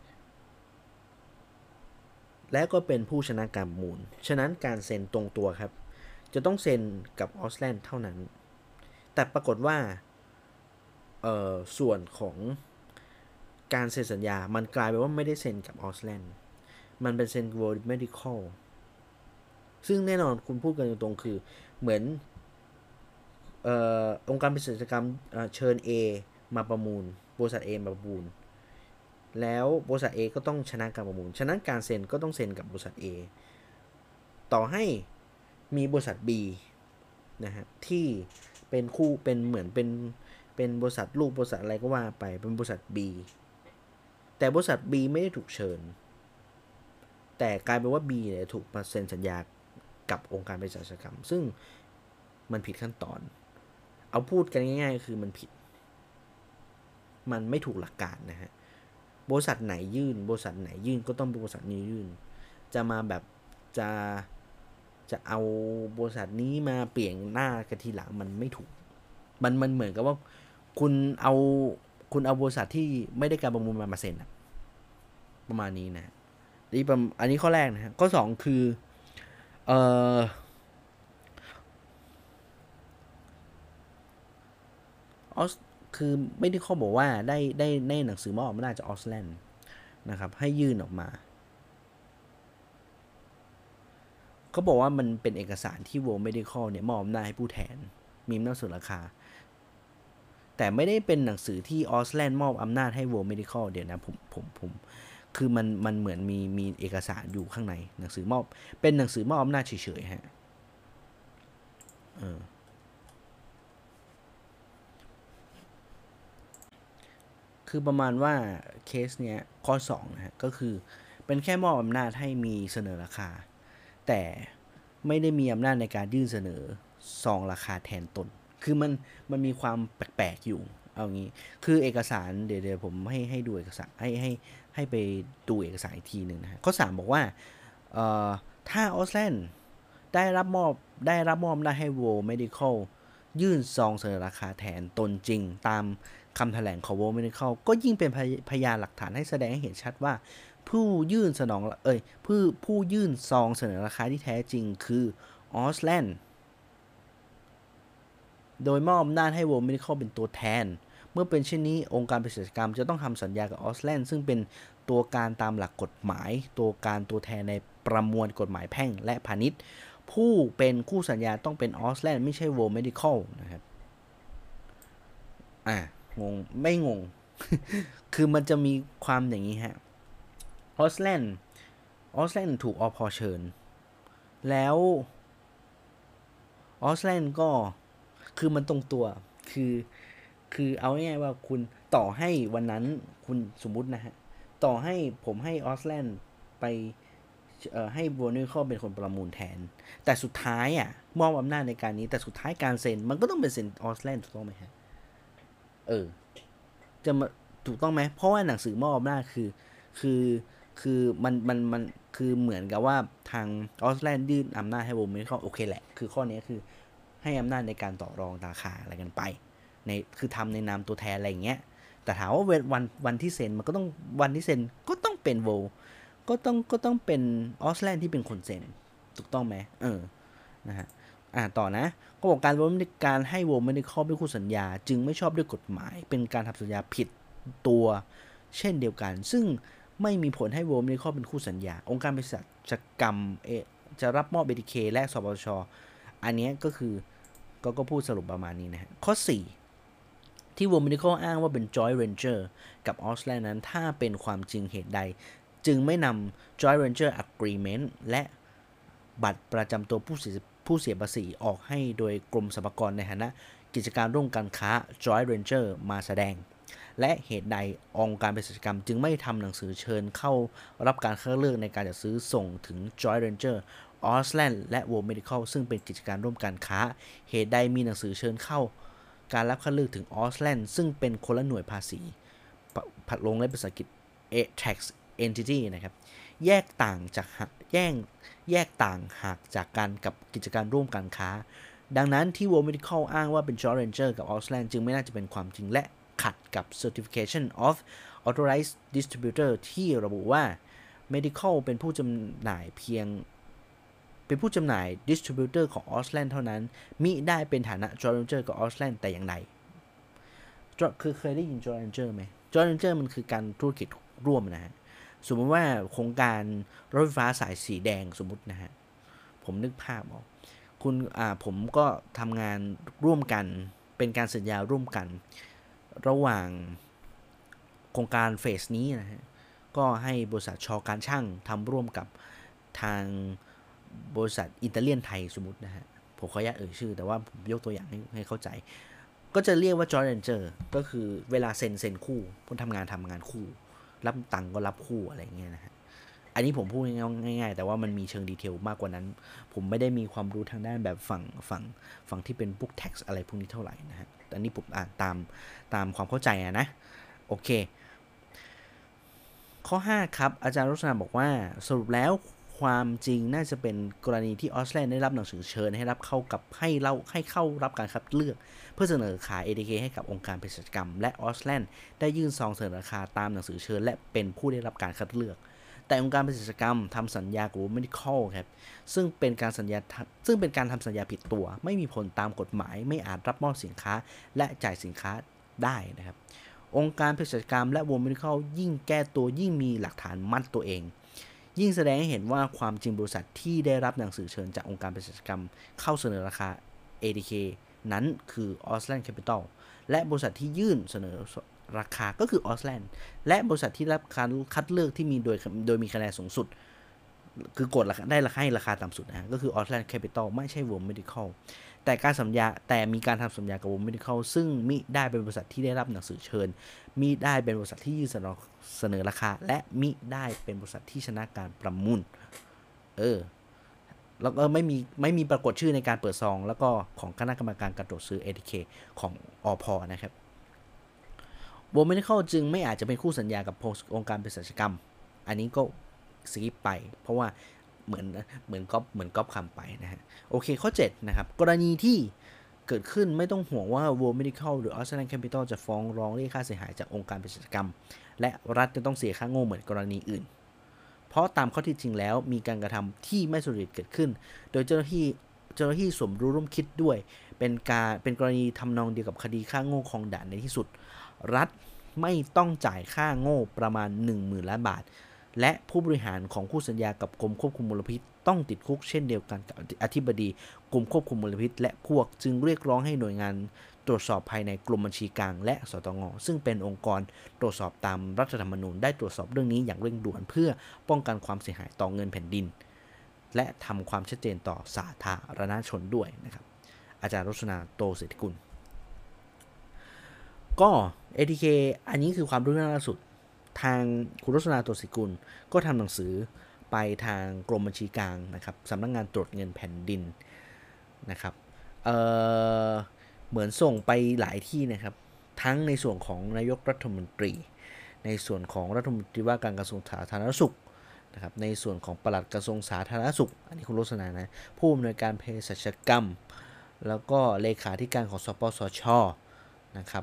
S1: และก็เป็นผู้ชนะการประมูลฉะนั้นการเซ็นตรงตัวครับจะต้องเซ็นกับ Auslan เท่านั้นแต่ปรากฏว่าเอ่อส่วนของการเซ็นสัญญามันกลายเป็นว่าไม่ได้เซ็นกับ Auslan มันเป็นเซ็น World Medical ซึ่งแน่นอนคุณพูดกันตรงๆคือเหมือนเอ่อองค์การเภสัชกรรมเชิญ A มาประมูลบริษัท A มาประมูลแล้วบริษัท A ก็ต้องชนะการประมูลฉะนั้นการเซ็นก็ต้องเซ็นกับบริษัท A ต่อให้มีบริษัท B นะฮะที่เป็นคู่เป็นเหมือนเป็นเป็นบริษัทลูกบริษัทอะไรก็ว่าไปเป็นบริษัท B แต่บริษัท B ไม่ได้ถูกเชิญแต่กลายเป็นว่า B เนี่ยถูกมาเซ็นสัญญากับองค์การเภสัชกรรมซึ่งมันผิดขั้นตอนเอาพูดกันง่ายๆคือมันผิดมันไม่ถูกหลักการนะฮะบริษัทไหนยื่นบริษัทไหนยื่นก็ต้องเป็นบริษัทนี้ยื่นจะมาแบบจะจะเอาบริษัทนี้มาเปลี่ยนหน้ากันทีหลังมันไม่ถูกมันมันเหมือนกับว่าคุณเอาคุณเอาบริษัทที่ไม่ได้การประมูลมามาเซ็นประมาณนี้นะนี่ประอันนี้ข้อแรกนะฮะข้อสองคือเอ่อออสคือไม่ได้ข้อบอกว่าได้ได้ได้หนังสือมอบอำนาจจาก Auslan นะครับให้ยื่นออกมาเขาบอกว่ามันเป็นเอกสารที่ World Medical เนี่ยมอบอำนาจให้ผู้แทนมีอำนาจเสนอราคาแต่ไม่ได้เป็นหนังสือที่ Auslan มอบอำนาจให้ World Medical เดี๋ยวนะผมผมผมคือมันมันเหมือนมีมีเอกสารอยู่ข้างในหนังสือมอบเป็นหนังสือมอบอำนาจเฉยๆฮะเออคือประมาณว่าเคสเนี้ยข้อสองนะฮะก็คือเป็นแค่มอบอำนาจให้มีเสนอราคาแต่ไม่ได้มีอำนาจในการยื่นเสนอซองราคาแทนตนคือมันมันมีความแปลกๆอยู่เอางี้คือเอกสารเดี๋ยวเดี๋ยวผมให้ให้ดูเอกสารให้ให้ให้ไปดูเอกสารอีกทีหนึ่งนะฮะข้อสามบอกว่าเอ่อถ้า Auslan ได้รับมอบได้รับมอบได้ให้ World Medical ยื่นซองเสนอราคาแทนตนจริงตามคำแถลงของ World Medical ก็ยิ่งเป็นพยานหลักฐานให้แสดงให้เห็นชัดว่าผู้ยื่นสนองเอ้ยผู้ผู้ยื่นซองเสนอราคาที่แท้จริงคือ Auslan โดยมอบอำนาจให้ World Medical เป็นตัวแทนเมื่อเป็นเช่นนี้องค์การเภสัชกรรมจะต้องทำสัญญากับ Auslan ซึ่งเป็นตัวการตามหลักกฎหมายตัวการตัวแทนในประมวลกฎหมายแพ่งและพาณิชย์ผู้เป็นคู่สัญญาต้องเป็น Auslan ไม่ใช่ World Medical นะครับอ่ะงงไม่งงคือมันจะมีความอย่างนี้ฮะออสแลนด์ออสแลนด์ถูกอพอเชิญแล้วออสแลนด์ก็คือมันตรงตัวคือคือเอาง่ายๆว่าคุณต่อให้วันนั้นคุณสมมุตินะฮะต่อให้ผมให้ออสแลนด์ไปเอ่อให้โบนิคอลเป็นคนประมูลแทนแต่สุดท้ายอ่ะมอบอำนาจในการนี้แต่สุดท้ายการเซ็นมันก็ต้องเป็นเซ็นออสแลนด์ถูกต้องไหมฮะเออจะมาถูกต้องไหมเพราะว่าหนังสือมอบอำนาจคือคือคือมันมันมันคือเหมือนกับว่าทางออสแลนด์ยื่นอำนาจให้โบนิคอลโอเคแหละคือข้อนี้คือให้อำนาจในการต่อรองราคาอะไรกันไปในคือทำในนามตัวแทนอะไรอย่างเงี้ยแต่ถามว่าวันวันที่เซ็นมันก็ต้องวันที่เซ็นก็ต้องเป็นโวก็ต้องก็ต้องเป็นออสแลนด์ที่เป็นคนเซ็นถูกต้องไหมเออนะฮะอ่าต่อนะก็บอกการการให้โวไม่ได้ครอบด้วยคู่สัญญาจึงไม่ชอบด้วยกฎหมายเป็นการทำสัญญาผิดตัวเช่นเดียวกันซึ่งไม่มีผลให้โวไม่ได้ครอบเป็นคู่สัญญาองค์การเภสัชกรรมเอจะรับมอบ เอ ที เค และสปชอันนี้ก็คือก็ก็พูดสรุปประมาณนี้นะฮะข้อสี่ที่ World Medical อ้างว่าเป็น Joint Venture กับ Auslan นั้นถ้าเป็นความจริงเหตุใดจึงไม่นำ Joint Venture Agreement และบัตรประจำตัวผู้เสียผู้เสียภาษีออกให้โดยกรมสรรพากรในฐานะกิจการร่วมกันค้า Joint Venture มาแสดงและเหตุใดองค์การเภสัชกรรมจึงไม่ทำหนังสือเชิญเข้ารับการคัดเลือกในการจัดซื้อส่งถึง Joint Venture Auslan และ World Medical ซึ่งเป็นกิจการร่วมกันค้าเหตุใดมีหนังสือเชิญเข้าการรับคัดเลือกถึงออสแลนด์ซึ่งเป็นคนละหน่วยภาษีผัดลงในภาษาอังกฤษ tax entity นะครับแยกต่างจากแยกแยกต่างหากจากกันกับกิจการร่วมการค้าดังนั้นที่ World Medical อ้างว่าเป็น Joint Venture กับ Auslan จึงไม่น่าจะเป็นความจริงและขัดกับ Certification of Authorized Distributor ที่ระบุว่า Medical เป็นผู้จำหน่ายเพียงเป็นผู้จำหน่าย distributor ของ Auslan เท่านั้นมิได้เป็นฐานะ Joint Venture กับ Auslan แต่อย่างใดคือเคยได้ยิน Joint Venture ไหม Joint Venture มันคือการธุรกิจร่วมนะฮะสมมติว่าโครงการรถไฟฟ้าสายสีแดงสมมตินะฮะผมนึกภาพออกคุณอ่าผมก็ทำงานร่วมกันเป็นการสัญญาร่วมกันระหว่างโครงการเฟสนี้นะฮะก็ให้บริษัทชอการช่างทำร่วมกับทางบริษัทอิตาเลียนไทยสมมตินะฮะผมขออนุญาตเอ่ยชื่อแต่ว่าผมยกตัวอย่างให้ให้เข้าใจก็จะเรียกว่า Joint Venture ก็คือเวลาเซ็นเซ็นคู่คนทำงานทำงานคู่รับตังก็รับคู่อะไรเงี้ยนะฮะอันนี้ผมพูดง่ายๆแต่ว่ามันมีเชิงดีเทลมากกว่านั้นผมไม่ได้มีความรู้ทางด้านแบบฝั่งฝั่งฝั่งที่เป็นพวก tax อะไรพวกนี้เท่าไหร่นะฮะแต่นี่ผมอ่านตามตามความเข้าใจอะนะโอเคข้อห้าครับอาจารย์รสนาบอกว่าสรุปแล้วความจริงน่าจะเป็นกรณีที่ออสแลนด์ได้รับหนังสือเชิญให้รับเข้ากับให้เล่าให้เข้ารับการคัดเลือกเพื่อเสนอขาย เอ ที เค ให้กับองค์การเภสัชกรรมและออสแลนด์ได้ยื่นซองเสนอราคาตามหนังสือเชิญและเป็นผู้ได้รับการคัดเลือกแต่องค์การเภสัชกรรมทำสัญญากับ World Medical ครับซึ่งเป็นการสัญญาซึ่งเป็นการทำสัญญาผิดตัวไม่มีผลตามกฎหมายไม่อาจรับมอบสินค้าและจ่ายสินค้าได้นะครับองค์การเภสัชกรรมและ World Medical ยิ่งแก้ตัวยิ่งมีหลักฐานมัดตัวเองยิ่งแสดงให้เห็นว่าความจริงบริษัทที่ได้รับหนังสือเชิญจากองค์การเภสัชกรรมเข้าเสนอราคา เอ ที เค นั้นคือ Auslan Capital และบริษัทที่ยื่นเสนอราคาก็คือ Auslan และบริษัทที่รับการคัดเลือกที่มีโดยโดยมีคะแนนสูงสุดคือกดได้ราคาให้ราคาต่ำสุดนะก็คือ Auslan Capital ไม่ใช่ World Medical แต่การสัญญาแต่มีการทำสัญญากับ World Medical ซึ่งมิได้เป็นบริษัทที่ได้รับหนังสือเชิญมิได้เป็นบริษัทที่ยื่นเสนอราคาและมิได้เป็นบริษัทที่ชนะการประมูลเออแล้วก็ไม่มีไม่มีปรากฏชื่อในการเปิดซองแล้วก็ของคณะกรรมการการตรวจซื้อ เอ ที เค ของอพ.นะครับ World Medical จึงไม่อาจจะเป็นคู่สัญญากับองค์การเภสัชกรรมอันนี้ก็สกิปไปเพราะว่าเหมือนเหมือนก๊อปเหมือนก๊อปคำไปนะฮะโอเคข้อเจ็ดนะครับกรณีที่เกิดขึ้นไม่ต้องห่วงว่า World Medical หรือ Auslan Capital จะฟ้องร้องเรียกค่าเสียหายจากองค์การเภสัชกรรมและรัฐจะต้องเสียค่าโง่เหมือนกรณีอื่นเพราะตามข้อที่จริงแล้วมีการกระทำที่ไม่สุจริตเกิดขึ้นโดยเจ้าหน้าที่เจ้าหน้าที่สมรู้ร่วมคิดด้วยเป็นการเป็นกรณีทำนองเดียวกับคดีค่าโง่คลองด่านในที่สุดรัฐไม่ต้องจ่ายค่าโง่ประมาณ หนึ่งหมื่น ล้านบาทและผู้บริหารของคู่สัญญากับกรมควบคุมมลพิษต้องติดคุกเช่นเดียวกันกับอธิบดีกรมควบคุมมลพิษและพวกจึงเรียกร้องให้หน่วยงานตรวจสอบภายในกรมบัญชีกลางและสตงซึ่งเป็นองค์กรตรวจสอบตามรัฐธรรมนูญได้ตรวจสอบเรื่องนี้อย่างเร่งด่วนเพื่อป้องกันความเสียหายต่อเงินแผ่นดินและทำความชัดเจนต่อสาธารณชนด้วยนะครับอาจารย์รสนาโตเศรษฐกุลก็ เอ ที เค อันนี้คือความรู้ล่าสุดทางคุณรสนาโตเศรษฐกุลก็ทำหนังสือไปทางกรมบัญชีกลางนะครับสำนักงานตรวจเงินแผ่นดินนะครับ เอ่อ เหมือนส่งไปหลายที่นะครับทั้งในส่วนของนายกรัฐมนตรีในส่วนของรัฐมนตรีว่าการกระทรวงสาธารณสุขนะครับในส่วนของปลัดกระทรวงสาธารณสุขอันนี้คุณรสนานะผู้อำนวยการเภสัชกรรมแล้วก็เลขาธิการของสปสช.นะครับ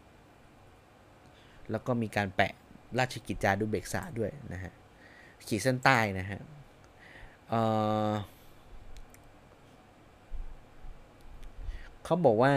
S1: แล้วก็มีการแปะราชกิจจานุเบกษาด้วยนะฮะขีดเส้นใต้นะฮะเอ่อเขาบอกว่า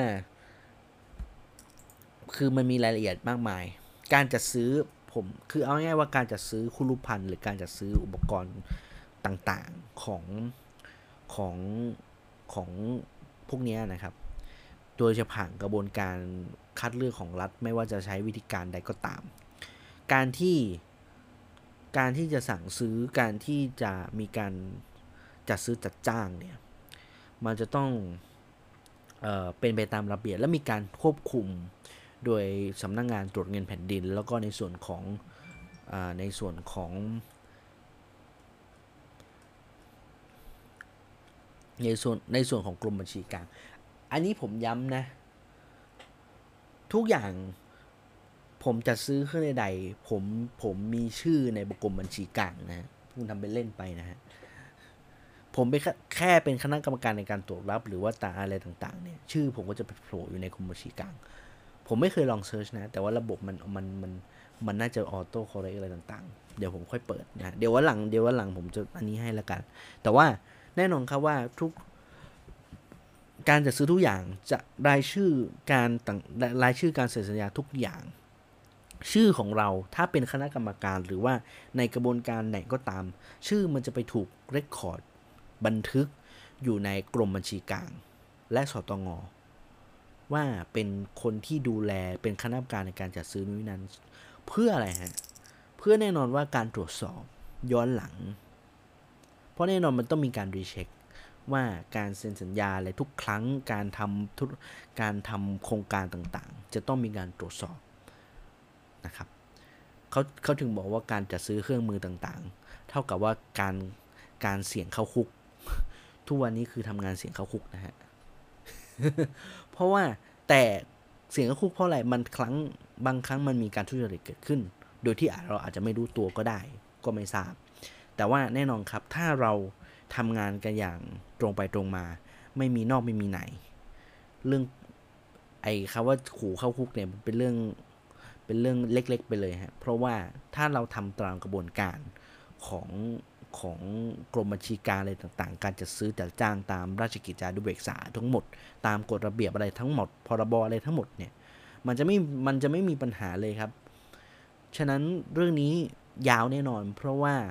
S1: คือมันมีรายละเอียดมากมายการจัดซื้อผมคือเอาง่ายๆว่าการจัดซื้อคุรุภัณฑ์หรือการจัดซื้ออุปกรณ์ต่างๆของของของพวกนี้นะครับโดยจะผ่านกระบวนการคัดเลือกของรัฐไม่ว่าจะใช้วิธีการใดก็ตามการที่การที่จะสั่งซื้อการที่จะมีการจัดซื้อจัดจ้างเนี่ยมันจะต้องเอ่อเป็นไปตามระเบียบและมีการควบคุมโดยสำนักงานตรวจเงินแผ่นดินแล้วก็ในส่วนของอ่าในส่วนของในส่วนในส่วนของกรมบัญชีกลางอันนี้ผมย้ำนะทุกอย่างผมจะซื้อเครื่องใดๆผมผมมีชื่อในกรมบัญชีกลางนะคุณทำเป็นเล่นไปนะฮะผมเป็นแค่เป็นคณะกรรมการในการตรวจรับหรือว่าตาอะไรต่างๆเนี่ยชื่อผมก็จะไปโผล่อยู่ในกรมบัญชีกลางผมไม่เคยลองเซิร์ชนะแต่ว่าระบบมันมันมันมันน่าจะออโต้คอร์เรกอะไรต่างๆเดี๋ยวผมค่อยเปิดนะเดี๋ยววันหลังเดี๋ยววันหลังผมจะอันนี้ให้ละกันแต่ว่าแน่นอนครับว่าทุกการจัดซื้อทุกอย่างจะรายชื่อการต่างรายชื่อการเซ็นสัญญาทุกอย่างชื่อของเราถ้าเป็นคณะกรรมการหรือว่าในกระบวนการไหนก็ตามชื่อมันจะไปถูกเรคคอร์ดบันทึกอยู่ในกรมบัญชีกลางและสตงว่าเป็นคนที่ดูแลเป็นคณะกรรมการในการจัดซื้อนี้นั้นเพื่ออะไรฮะเพื่อแน่นอนว่าการตรวจสอบย้อนหลังเพราะแน่นอนมันต้องมีการรีเช็คว่าการเซ็นสัญญาอะไรทุกครั้งการทำทุกการทำโครงการต่างๆจะต้องมีการตรวจสอบนะครับเขาเขาถึงบอกว่าการจัดซื้อเครื่องมือต่างๆเท่ากับว่าการการเสี่ยงเข้าคุกทุกวันนี้คือทำงานเสี่ยงเข้าคุกนะฮะ เพราะว่าแต่เสี่ยงเข้าคุกเพราะอะไรมันครั้งบางครั้งมันมีการทุจริตเกิดขึ้นโดยที่เราอาจจะไม่รู้ตัวก็ได้ก็ไม่ทราบแต่ว่าแน่นอนครับถ้าเราทำงานกันอย่างตรงไปตรงมาไม่มีนอกไม่มีไหนเรื่องไอ้คำว่าขู่เข้าคุกเนี่ยเป็นเรื่องเป็นเรื่องเล็กๆไปเลยฮะเพราะว่าถ้าเราทำตามกระบวนการของของกรมบัญชีกลางอะไรต่างๆการจัดซื้อจัดจ้างตามราชกิจจานุเบกษาทั้งหมดตามกฎระเบียบอะไรทั้งหมดพรบอะไรทั้งหมดเนี่ยมันจะไม่มันจะไม่มีปัญหาเลยครับฉะนั้นเรื่องนี้ยาวแน่นอนเพราะว่า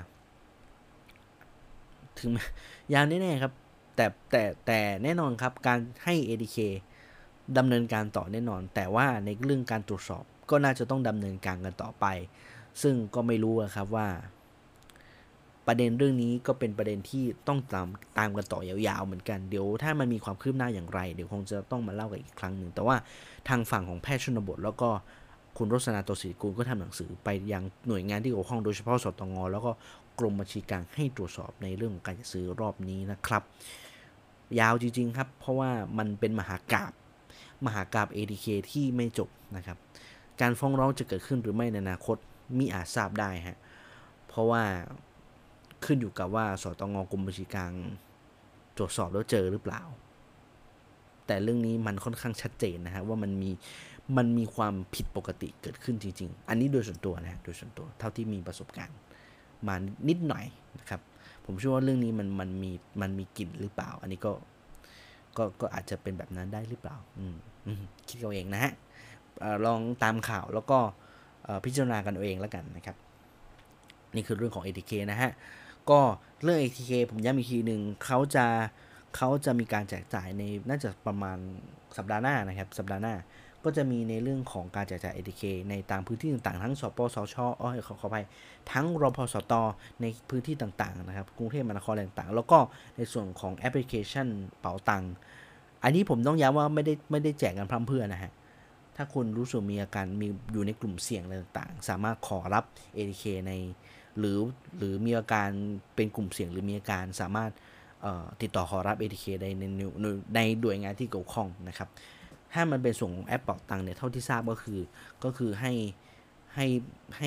S1: ถึงยาวแน่ๆครับแต่แต่แต่แน่นอนครับการให้ เอ ดี เค ดำเนินการต่อแน่นอนแต่ว่าในเรื่องการตรวจสอบก็น่าจะต้องดำเนินการกันต่อไปซึ่งก็ไม่รู้ครับว่าประเด็นเรื่องนี้ก็เป็นประเด็นที่ต้องตามตามกันต่อยาวๆเหมือนกันเดี๋ยวถ้ามันมีความคืบหน้าอย่างไรเดี๋ยวคงจะต้องมาเล่ากันอีกครั้งหนึ่งแต่ว่าทางฝั่งของแพทย์ชนบทแล้วก็คุณรสนาโตศิริกุลก็ทำหนังสือไปยังหน่วยงานที่เกี่ยวข้องโดยเฉพาะสตงแล้วก็กรมบัญชีกลางให้ตรวจสอบในเรื่องของการจัดซื้อรอบนี้นะครับยาวจริงๆครับเพราะว่ามันเป็นมหากาพย์มหากาพย์ เอ ที เค ที่ไม่จบนะครับการฟ้องร้องจะเกิดขึ้นหรือไม่ในอนาคตมิอาจทราบได้ฮะเพราะว่าขึ้นอยู่กับว่าสตงกรมบัญชีกลางตรวจสอบแล้วเจอหรือเปล่าแต่เรื่องนี้มันค่อนข้างชัดเจนนะฮะว่ามันมีมันมีความผิดปกติเกิดขึ้นจริงๆอันนี้โดยส่วนตัวนะโดยส่วนตัวเท่าที่มีประสบการณ์มานิดหน่อยนะครับผมเชื่อว่าเรื่องนี้มันมันมีมันมีกลิ่นหรือเปล่าอันนี้ก็ก็ก็อาจจะเป็นแบบนั้นได้หรือเปล่าอืมคิดเอาเองนะฮะลองตามข่าวแล้วก็พิจารณากันเอาเองแล้วกันนะครับนี่คือเรื่องของ เอ ที เค นะฮะก็เรื่อง เอ ที เค ผมย้ำอีกทีหนึ่งเขาจะเขาจะมีการแจกจ่ายในน่าจะประมาณสัปดาห์หน้านะครับสัปดาห์หน้าก็จะมีในเรื่องของการแจกจ่าย เอ ที เค ในตามพื้นที่ต่างๆทั้งสปสชอ้อยขอขอไปทั้งรพสตในพื้นที่ต่างๆนะครับกรุงเทพมหานครต่างๆแล้วก็ในส่วนของแอปพลิเคชันเป๋าตังค์อันนี้ผมต้องย้ำว่าไม่ได้ไม่ได้แจกกันพร่ำเพรื่อนะฮะถ้าคุณรู้สึกมีอาการมีอยู่ในกลุ่มเสี่ยงอะไรต่างๆสามารถขอรับ เอ ที เค ในหรือหรือมีอาการเป็นกลุ่มเสี่ยงหรือมีอาการสามารถติดต่อขอรับ เอ ที เค ได้ในในหน่วยงานที่เกี่ยวข้องนะครับถ้ามันเป็นส่งแอปเป๋าตังค์เนี่ยเท่าที่ทราบก็คือก็คือให้ให้ให้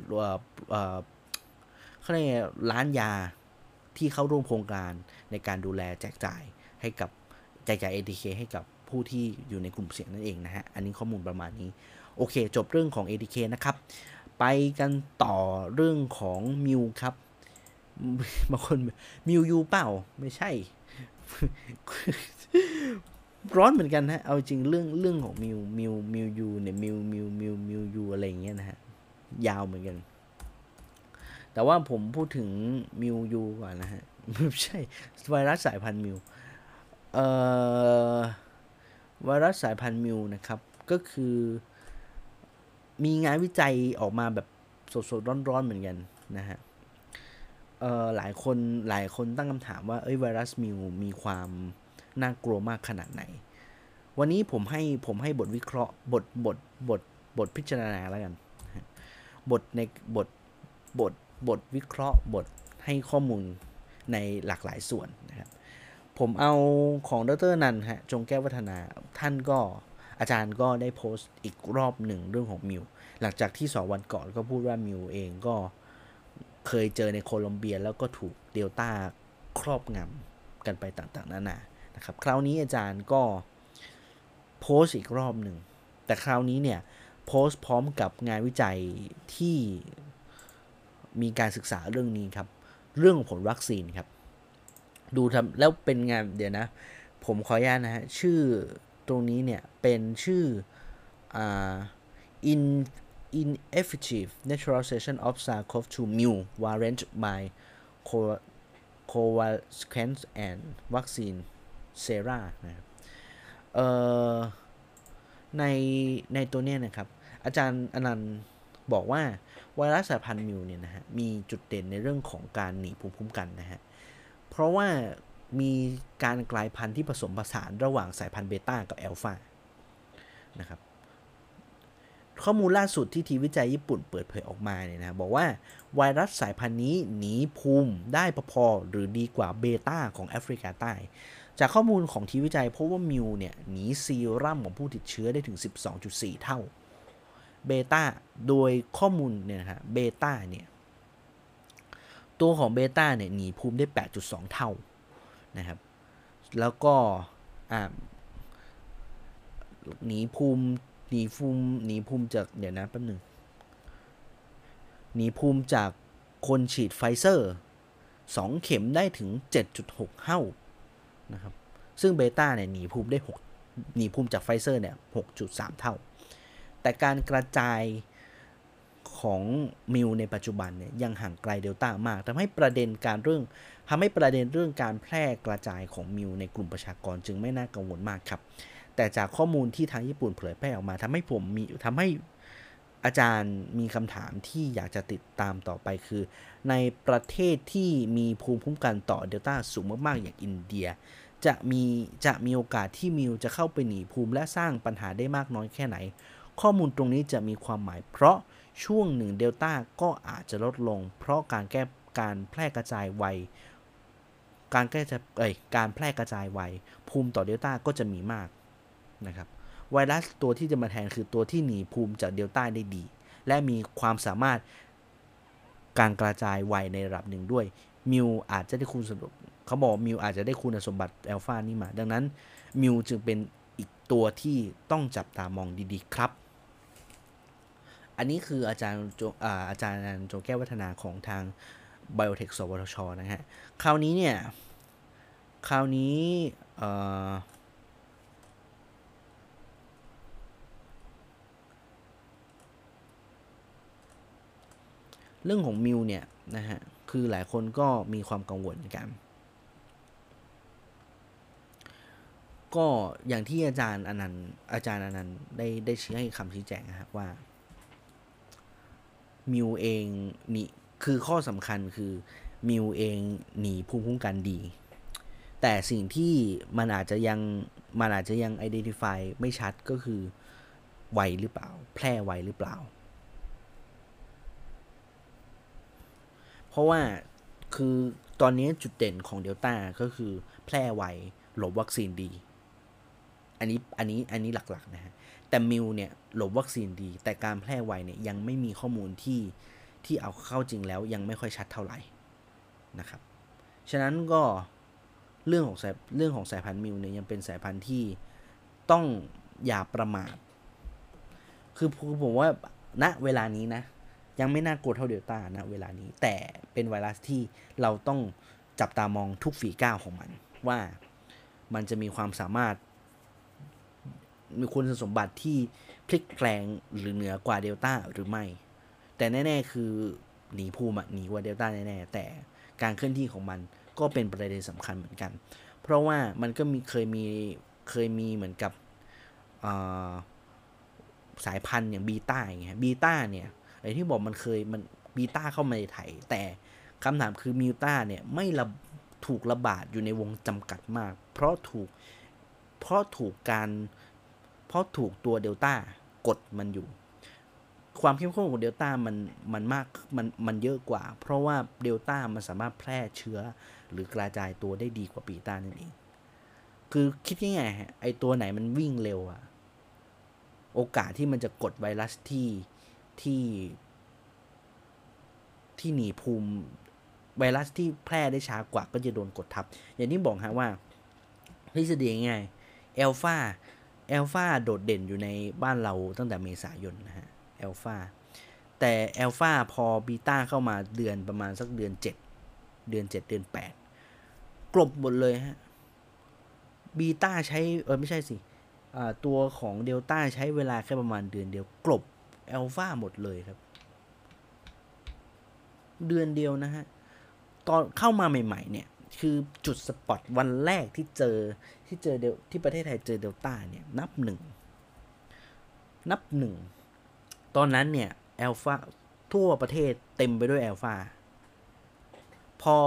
S1: เขาเรียกร้านยาที่เข้าร่วมโครงการในการดูแลแจกจ่ายให้กับแจกจ่าย เอ ที เค ให้กับผู้ที่อยู่ในกลุ่มเสี่ยงนั่นเองนะฮะอันนี้ข้อมูลประมาณนี้โอเคจบเรื่องของ เอ ที เค นะครับไปกันต่อเรื่องของมิวครับบางคนมิวยูเปล่าไม่ใช่ ร้อนเหมือนกันฮะเอาจริงเรื่องเรื่องของมิวมิวมิวยูเนี่ยมิวมิวมิวมิวยูอะไรอย่างเงี้ยนะฮะยาวเหมือนกันแต่ว่าผมพูดถึงมิวยูก่อนนะฮะไม่ใช่ไวรัสสายพันธุ์มิวเอ่อไวรัสสายพันธุ์มิวนะครับก็คือมีงานวิจัยออกมาแบบสดๆร้อนๆเหมือนกันนะฮะเอ่อหลายคนหลายคนตั้งคำถามว่าเอ้ยไวรัสมิวมีความน่ากลัวมากขนาดไหนวันนี้ผมให้ผมให้บทวิเคราะห์บทบทบทบทพิจารณาแล้วกันบทในบทบทบทวิเคราะห์บทให้ข้อมูลในหลากหลายส่วนนะครับผมเอาของดร.นันท์ฮะจงแก้ววัฒนาท่านก็อาจารย์ก็ได้โพสต์อีกรอบหนึ่งเรื่องของมิวหลังจากที่สองวันก่อนก็พูดว่ามิวเองก็เคยเจอในโคลอมเบียแล้วก็ถูกเดลต้าครอบงำกันไปต่างๆนานานะครับคราวนี้อาจารย์ก็โพสต์อีกรอบหนึ่งแต่คราวนี้เนี่ยโพสต์พร้อมกับงานวิจัยที่มีการศึกษาเรื่องนี้ครับเรื่องผลวัคซีนครับดูทำแล้วเป็นงานเดี๋ยวนะผมขออนุญาตนะฮะชื่อตรงนี้เนี่ยเป็นชื่ออ่า in ineffective neutralization of SARS-ซี โอ วี ทู มิว warrant by Covalescence and Vaccine Sera นะครับเอ่อในในตัวเนี้ยนะครับอาจารย์อนันต์บอกว่าไวรัสสายพันธุ์มิวเนี่ยนะฮะมีจุดเด่นในเรื่องของการหนีภูมิคุ้มกันนะฮะเพราะว่ามีการกลายพันธุ์ที่ผสมผสานระหว่างสายพันธุ์เบต้ากับแอลฟานะครับข้อมูลล่าสุดที่ทีมวิจัยญี่ปุ่นเปิดเผยออกมาเนี่ยนะบอกว่าไวรัสสายพันธุ์นี้หนีภูมิได้พอๆหรือดีกว่าเบต้าของแอฟริกาใต้จากข้อมูลของทีมวิจัยพบว่ามิวเนี่ยหนีซีรั่มของผู้ติดเชื้อได้ถึง สิบสองจุดสี่ เท่าเบต้าโดยข้อมูลเนี่ยนะฮะเบต้าเนี่ยตัวของเบต้าเนี่ยหนีภูมิได้ แปดจุดสอง เท่านะครับแล้วก็หนีภูมิหนีภูมิหนีภูมิจากเดี๋ยวนะแป๊บหนึ่งหนีภูมิจากคนฉีดไฟเซอร์สองเข็มได้ถึง เจ็ดจุดหก เท่านะครับซึ่งเบต้าเนี่ยหนีภูมิได้หกหนีภูมิจากไฟเซอร์เนี่ย หกจุดสาม เท่าแต่การกระจายของมิวในปัจจุบันเนี่ยยังห่างไกลเดลต้ามากทำให้ประเด็นการเรื่องทำให้ประเด็นเรื่องการแพร่กระจายของมิวในกลุ่มประชากรจึงไม่น่ากังวลมากครับแต่จากข้อมูลที่ทางญี่ปุ่นเผยแพร่ออกมาทำให้ผมมีทำให้อาจารย์มีคำถามที่อยากจะติดตามต่อไปคือในประเทศที่มีภูมิคุ้มกันต่อเดลต้าสูงมากๆอย่างอินเดียจะมีจะมีโอกาสที่มิวจะเข้าไปหนีภูมิและสร้างปัญหาได้มากน้อยแค่ไหนข้อมูลตรงนี้จะมีความหมายเพราะช่วงหนึ่งเดลต้าก็อาจจะลดลงเพราะการแก้การแพร่กระจายไวการแก้จะเอ่ยการแพร่กระจายไวภูมิต่อเดลต้าก็จะมีมากนะครับไวรัสตัวที่จะมาแทนคือตัวที่หนีภูมิจากเดลต้าได้ดีและมีความสามารถการกระจายไวในระดับหนึ่งด้วยมิวอาจจะได้คุณสมบัติเขาบอกมิวอาจจะได้คุณสมบัติอัลฟานี่มาดังนั้นมิวจึงเป็นอีกตัวที่ต้องจับตามองดีๆครับอันนี้คืออาจารย์อาจารย์โจแก้ววัฒนาของทาง Biotech สวทช.นะฮะคราวนี้เนี่ยคราวนี้เอ่อเรื่องของมิวเนี่ยนะฮะคือหลายคนก็มีความกังวลกันก็อย่างที่อาจารย์อนันต์อาจารย์อนันต์ได้ได้ชี้ให้คำชี้แจงนะครับว่ามิวเองนี่คือข้อสำคัญคือมิวเองหนีภูมิคุ้มกันดีแต่สิ่งที่มันอาจจะยังมันอาจจะยัง identify ไม่ชัดก็คือไวหรือเปล่าแพร่ไวหรือเปล่าเพราะว่าคือตอนนี้จุดเด่นของเดลต้าก็คือแพร่ไวหลบวัคซีนดีอันนี้อันนี้อันนี้หลักๆนะฮะแต่มิวเนี่ยหลบวัคซีนดีแต่การแพร่ไวเนี่ยยังไม่มีข้อมูลที่ที่เอาเข้าจริงแล้วยังไม่ค่อยชัดเท่าไหร่นะครับฉะนั้นก็เรื่องของสายเรื่องของสายพันธุ์มิวเนี่ยยังเป็นสายพันธุ์ที่ต้องอย่าประมาทคือผมว่าณเวลานี้นะยังไม่น่ากลัวเท่าเดลต้าณเวลานี้แต่เป็นไวรัสที่เราต้องจับตามองทุกฝีก้าวของมันว่ามันจะมีความสามารถมีคุณสมบัติที่พลิกแปลงหรือเหนือกว่าเดลต้าหรือไม่แต่แน่ๆคือหนีภูมิหนีกว่าเดลต้าแน่ๆแต่การเคลื่อนที่ของมันก็เป็นประเด็นสำคัญเหมือนกันเพราะว่ามันก็มีเคยมีเคยมีเหมือนกับสายพันธุ์อย่างบีต้าอย่างเงี้ยบีต้าเนี่ยไอ้ที่บอกมันเคยมันบีต้าเข้ามาในไทยแต่คำถามคือมิวต้าเนี่ยไม่ระถูกระบาดอยู่ในวงจำกัดมากเพราะถูกเพราะถูกการเพราะถูกตัวเดลต้ากดมันอยู่ความเข้มข้นของเดลต้ามันมันมากมันมันเยอะกว่าเพราะว่าเดลต้ามันสามารถแพร่เชื้อหรือกระจายตัวได้ดีกว่าบีต้านั่นเองคือคิดง่ายๆฮะไอตัวไหนมันวิ่งเร็วอะโอกาสที่มันจะกดไวรัสที่ที่ที่หนีภูมิไวรัสที่แพร่ได้ช้ากว่าก็จะโดนกดทับอย่างที่บอกฮะว่าทฤษฎีง่ายเอลฟาเอลฟาโดดเด่นอยู่ในบ้านเราตั้งแต่เมษายนนะฮะเอลฟาแต่เอลฟาพอบีต้าเข้ามาเดือนประมาณสักเดือนเจ็ดเดือนเจ็ดเดือนแปดกลบหมดเลยฮะบีต้าใช้เออไม่ใช่สิตัวของเดลต้าใช้เวลาแค่ประมาณเดือนเดียวกลบเอลฟาหมดเลยครับเดือนเดียวนะฮะตอนเข้ามาใหม่ๆเนี่ยคือจุดสปอตวันแรกที่เจอที่เจอเดลที่ประเทศไทยเจอเดลต้าเนี่ยนับหนึ่งนับหนึ่งตอนนั้นเนี่ยแอลฟาทั่วประเทศเต็มไปด้วยแอลฟาพอ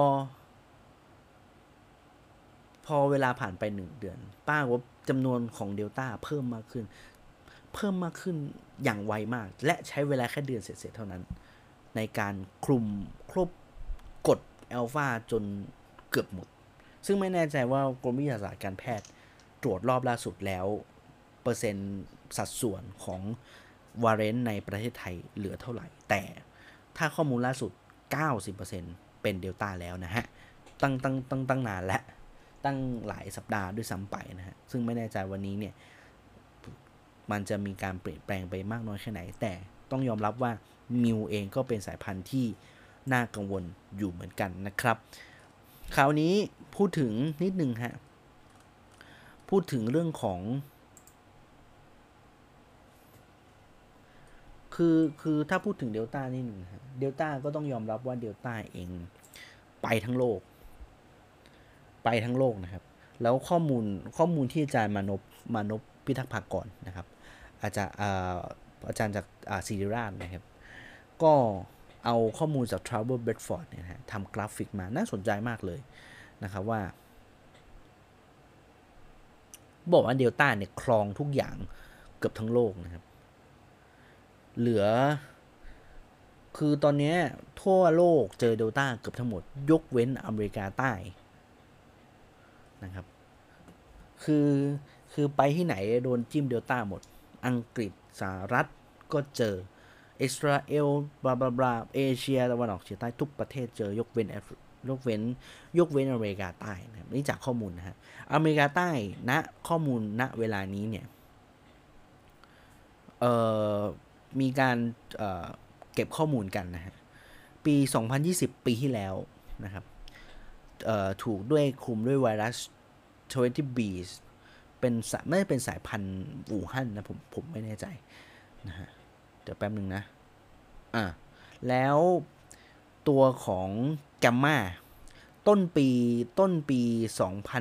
S1: พอเวลาผ่านไปหนึ่งเดือนป้าว่าจำนวนของเดลต้าเพิ่มมากขึ้นเพิ่มมากขึ้นอย่างไวมากและใช้เวลาแค่เดือนเสร็จๆเท่านั้นในการคลุมครบกดแอลฟาจนเกือบหมดซึ่งไม่แน่ใจว่ากรมวิทยาศาสตร์การแพทย์ตรวจรอบล่าสุดแล้วเปอร์เซ็นต์สัดส่วนของวาเรนต์ในประเทศไทยเหลือเท่าไหร่แต่ถ้าข้อมูลล่าสุด เก้าสิบเปอร์เซ็นต์ เป็นเดลต้าแล้วนะฮะตั้งตั้งตั้งตั้งนานและตั้งหลายสัปดาห์ด้วยซ้ำไปนะฮะซึ่งไม่แน่ใจวันนี้เนี่ยมันจะมีการเปลี่ยนแปลงไปมากน้อยแค่ไหนแต่ต้องยอมรับว่ามิวเองก็เป็นสายพันธุ์ที่น่ากังวลอยู่เหมือนกันนะครับคราวนี้พูดถึงนิดนึงฮะพูดถึงเรื่องของคือคือถ้าพูดถึงเดลต้านิดนึงฮะเดลต้าก็ต้องยอมรับว่าเดลต้าเองไปทั้งโลกไปทั้งโลกนะครับแล้วข้อมูลข้อมูลที่อาจารย์มานพมานพพิทักษ์ภากรนะครับอาจารย์อาจารย์จากศิริราชนะครับก็เอาข้อมูลจาก Travel Bedford เนี่ยนะฮะทำกราฟิกมาน่าสนใจมากเลยนะครับว่าบอกว่าเดลต้าเนี่ยครองทุกอย่างเกือบทั้งโลกนะครับเหลือคือตอนนี้ทั่วโลกเจอเดลต้าเกือบทั้งหมดยกเว้นอเมริกาใต้นะครับคือคือไปที่ไหนโดนจิ้มเดลต้าหมดอังกฤษสหรัฐก็เจออิสราเอลบลาบลาบลาเอเชียตะวันออกเฉียงใต้ทุกประเทศเจอยกเว้นยกเว้นยกเว้นอเมริกาใต้นะครับนี่จากข้อมูลนะฮะอเมริกาใต้ณข้อมูลณเวลานี้เนี่ยเอ่อมีการเอ่อเก็บข้อมูลกันนะฮะปีสองพันยี่สิบปีที่แล้วนะครับเอ่อถูกด้วยคุมด้วยไวรัสยี่สิบ บี เป็นไม่ได้เป็นสายพันธุ์อู่ฮั่นนะผมผมไม่แน่ใจนะฮะเดี๋ยวแป๊บนึงนะอ่ะแล้วตัวของแกมมาต้นปีต้นปีสองพัน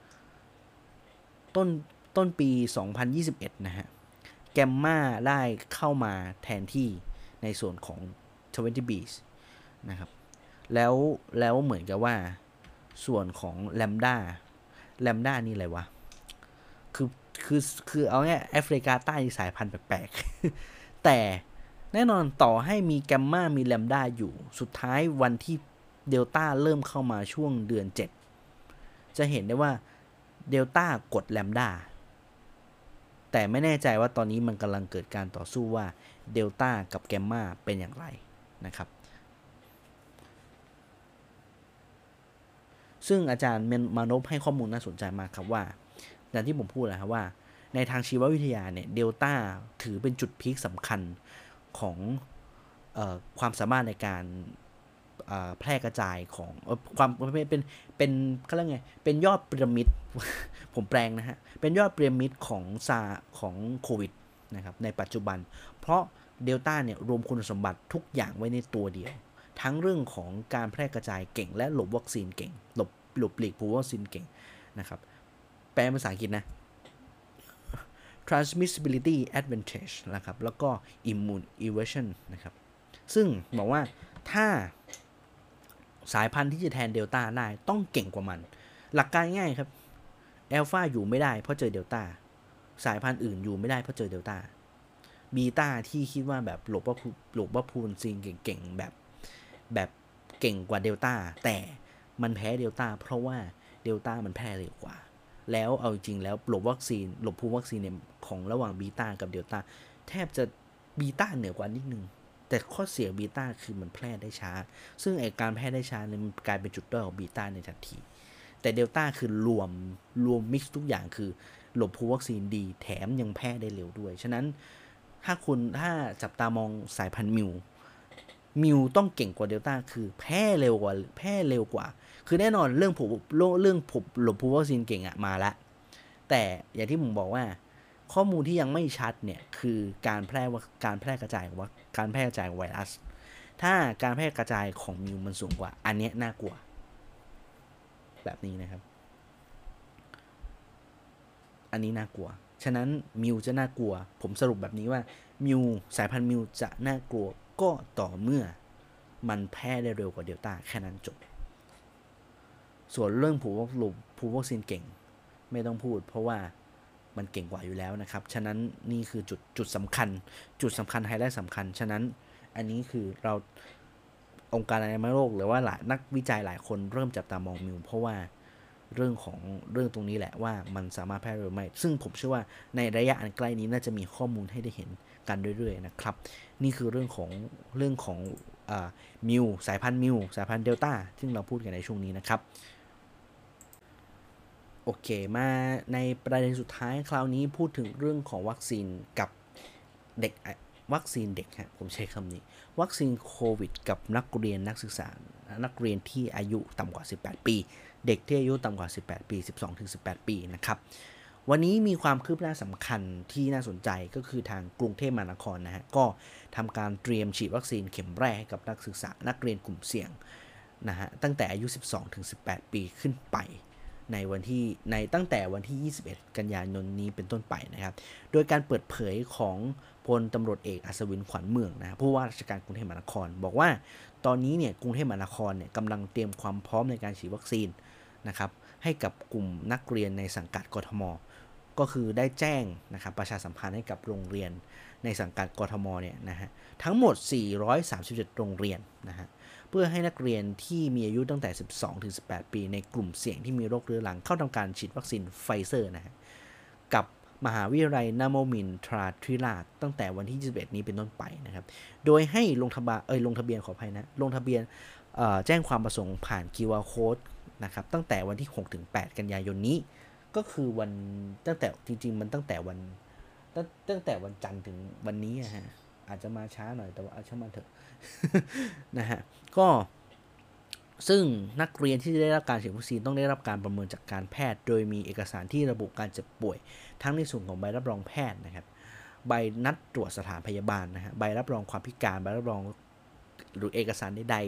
S1: ต้นต้นปีสองพันยี่สิบเอ็ดนะฮะแกมมาได้เข้ามาแทนที่ในส่วนของยี่สิบ บีสนะครับแล้วแล้วเหมือนกับว่าส่วนของแลมด้าแลมด้านี่อะไรวะคือคือคือเอาง่ายแอฟริกาใต้สายพันธุ์แปลกๆแต่แน่นอนต่อให้มีแกมมามีแลมด้าอยู่สุดท้ายวันที่เดลต้าเริ่มเข้ามาช่วงเดือนเจ็ดจะเห็นได้ว่าเดลต้ากดแลมด้าแต่ไม่แน่ใจว่าตอนนี้มันกำลังเกิดการต่อสู้ว่าเดลต้ากับแกมมาเป็นอย่างไรนะครับซึ่งอาจารย์มานพให้ข้อมูลน่าสนใจมากครับว่าอย่างที่ผมพูดแหละครับว่าในทางชีววิทยาเนี่ยเดลต้าถือเป็นจุดพีคสำคัญของเอ่อความสามารถในการแพร่กระจายของความเป็นเป็นเขาเรียกไงเป็นยอดพีระมิด ผมแปลงนะฮะเป็นยอดพีระมิดของซาของโควิดนะครับในปัจจุบันเพราะเดลต้าเนี่ยรวมคุณสมบัติทุกอย่างไว้ในตัวเดียวทั้งเรื่องของการแพร่กระจายเก่งและหลบวัคซีนเก่งหลบหลบหลีกผู้วัคซีนเก่งนะครับแปลเป็นภาษาอังกฤษนะ transmissibility advantage นะครับแล้วก็ immune evasion นะครับซึ่งบอกว่าถ้าสายพันธุ์ที่จะแทนเดลต้าได้ต้องเก่งกว่ามันหลักการง่ายครับแอลฟาอยู่ไม่ได้เพราะเจอเดลต้าสายพันธุ์อื่นอยู่ไม่ได้เพราะเจอเดลต้าบีต้าที่คิดว่าแบบหลบว่าหลบว่าพูนซีนเก่งๆแบบแบบเก่งกว่าเดลต้าแต่มันแพ้เดลต้าเพราะว่าเดลต้ามันแพร่เร็วกว่าแล้วเอาจริงแล้วหลบวัคซีนหลบภูมิวัคซีนเนี่ยของระหว่างบีต้ากับเดลต้าแทบจะบีต้าเหนือกว่านิดนึงแต่ข้อเสียบีต้าคือมันแพร่ได้ช้าซึ่งไอการแพร่ได้ช้าเนี่ยมันกลายเป็นจุดด้อยของบีต้าในทันทีแต่เดลต้าคือรวมรวมมิกซ์ทุกอย่างคือหลบภูมิวัคซีนดีแถมยังแพร่ได้เร็วด้วยฉะนั้นถ้าคุณถ้าจับตามองสายพันธุ์มิวมิวต้องเก่งกว่าเดลต้าคือแพร่เร็วกว่าแพร่เร็วกว่าคือแน่นอนเรื่องผูเรื่องผูหลบภูมิวัคซีนเก่งอะมาละแต่อย่างที่ผมบอกว่าข้อมูลที่ยังไม่ชัดเนี่ยคือการแพร่การแพร่กระจายว่าการแพร่กระจายไวรัสถ้าการแพร่กระจายของมิวมันสูงกว่าอันนี้น่ากลัวแบบนี้นะครับอันนี้น่ากลัวฉะนั้นมิวจะน่ากลัวผมสรุปแบบนี้ว่ามิวสายพันธุ์มิวจะน่ากลัวก็ต่อเมื่อมันแพร่ได้เร็วกว่าเดลต้าแค่นั้นจบส่วนเรื่องผูวัคซีนผูวัคซีนเก่งไม่ต้องพูดเพราะว่ามันเก่งกว่าอยู่แล้วนะครับฉะนั้นนี่คือจุดจุดสำคัญจุดสำคัญไฮไลท์สำคัญฉะนั้นอันนี้คือเราองค์การอนามัยโลกหรือว่าหลายนักวิจัยหลายคนเริ่มจับตามองมิวเพราะว่าเรื่องของเรื่องตรงนี้แหละว่ามันสามารถแพร่หรือไม่ซึ่งผมเชื่อว่าในระยะอันใกล้นี้น่าจะมีข้อมูลให้ได้เห็นกันเรื่อยๆนะครับนี่คือเรื่องของเรื่องของอ่ามิวสายพันธุ์มิวสายพันธุ์เดลต้าซึ่งเราพูดกันในช่วงนี้นะครับโอเคมาในประเด็นสุดท้ายคราวนี้พูดถึงเรื่องของวัคซีนกับเด็กวัคซีนเด็กฮะผมใช้คำนี้วัคซีนโควิดกับนักเรียนนักศึกษานักเรียนที่อายุต่ำกว่าสิบแปดปีเด็กที่อายุต่ำกว่าสิบแปดปี สิบสองถึงสิบแปด ปีนะครับวันนี้มีความคืบหน้าสำคัญที่น่าสนใจก็คือทางกรุงเทพมหานครนะฮะก็ทำการเตรียมฉีดวัคซีนเข็มแรกให้กับนักศึกษานักเรียนกลุ่มเสี่ยงนะฮะตั้งแต่อายุ สิบสองถึงสิบแปด ปีขึ้นไปในวันที่ในตั้งแต่วันที่ยี่สิบเอ็ดกันยายนนี้เป็นต้นไปนะครับโดยการเปิดเผยของพลตำรวจเอกอัศวินขวัญเมืองนะผู้ว่าราชการกรุงเทพมหานครบอกว่าตอนนี้เนี่ยกรุงเทพมหานครเนี่ยกำลังเตรียมความพร้อมในการฉีดวัคซีนนะครับให้กับกลุ่มนักเรียนในสังกัดกทมก็คือได้แจ้งนะครับประชาสัมพันธ์ให้กับโรงเรียนในสังกัดกทมเนี่ยนะฮะทั้งหมดสี่ร้อยสามสิบเจ็ดโรงเรียนนะฮะเพื่อให้นักเรียนที่มีอายุตั้งแต่ สิบสองถึงสิบแปด ปีในกลุ่มเสี่ยงที่มีโรคเรื้อรังเข้าทำการฉีดวัคซีนไฟเซอร์นะฮะกับมหาวิทยาลัยนโมมินทราธิราชตั้งแต่วันที่ยี่สิบเอ็ดนี้เป็นต้นไปนะครับโดยให้ลงทะเบียนเอยลงทะเบียนขออภัยนะลงทะเบียนแจ้งความประสงค์ผ่าน คิว อาร์ Code นะครับตั้งแต่วันที่ หกถึงแปด กันยายนนี้ก็คือวันตั้งแต่จริงๆมันตั้งแต่วันตั้งตั้งแต่วันจันทร์ถึงวันนี้อะฮะอาจจะมาช้าหน่อยแต่ว่าเอาช่างมันเถอะ นะฮะก็ซึ่งนักเรียนที่ได้รับการฉีดวัคซีนต้องได้รับการประเมินจากการแพทย์โดยมีเอกสารที่ระบุการเจ็บป่วยทั้งในส่วนของใบรับรองแพทย์นะครับใบนัดตรวจสถานพยาบาลนะฮะใบรับรองความพิการใบรับรองหรือเอกสารใดๆ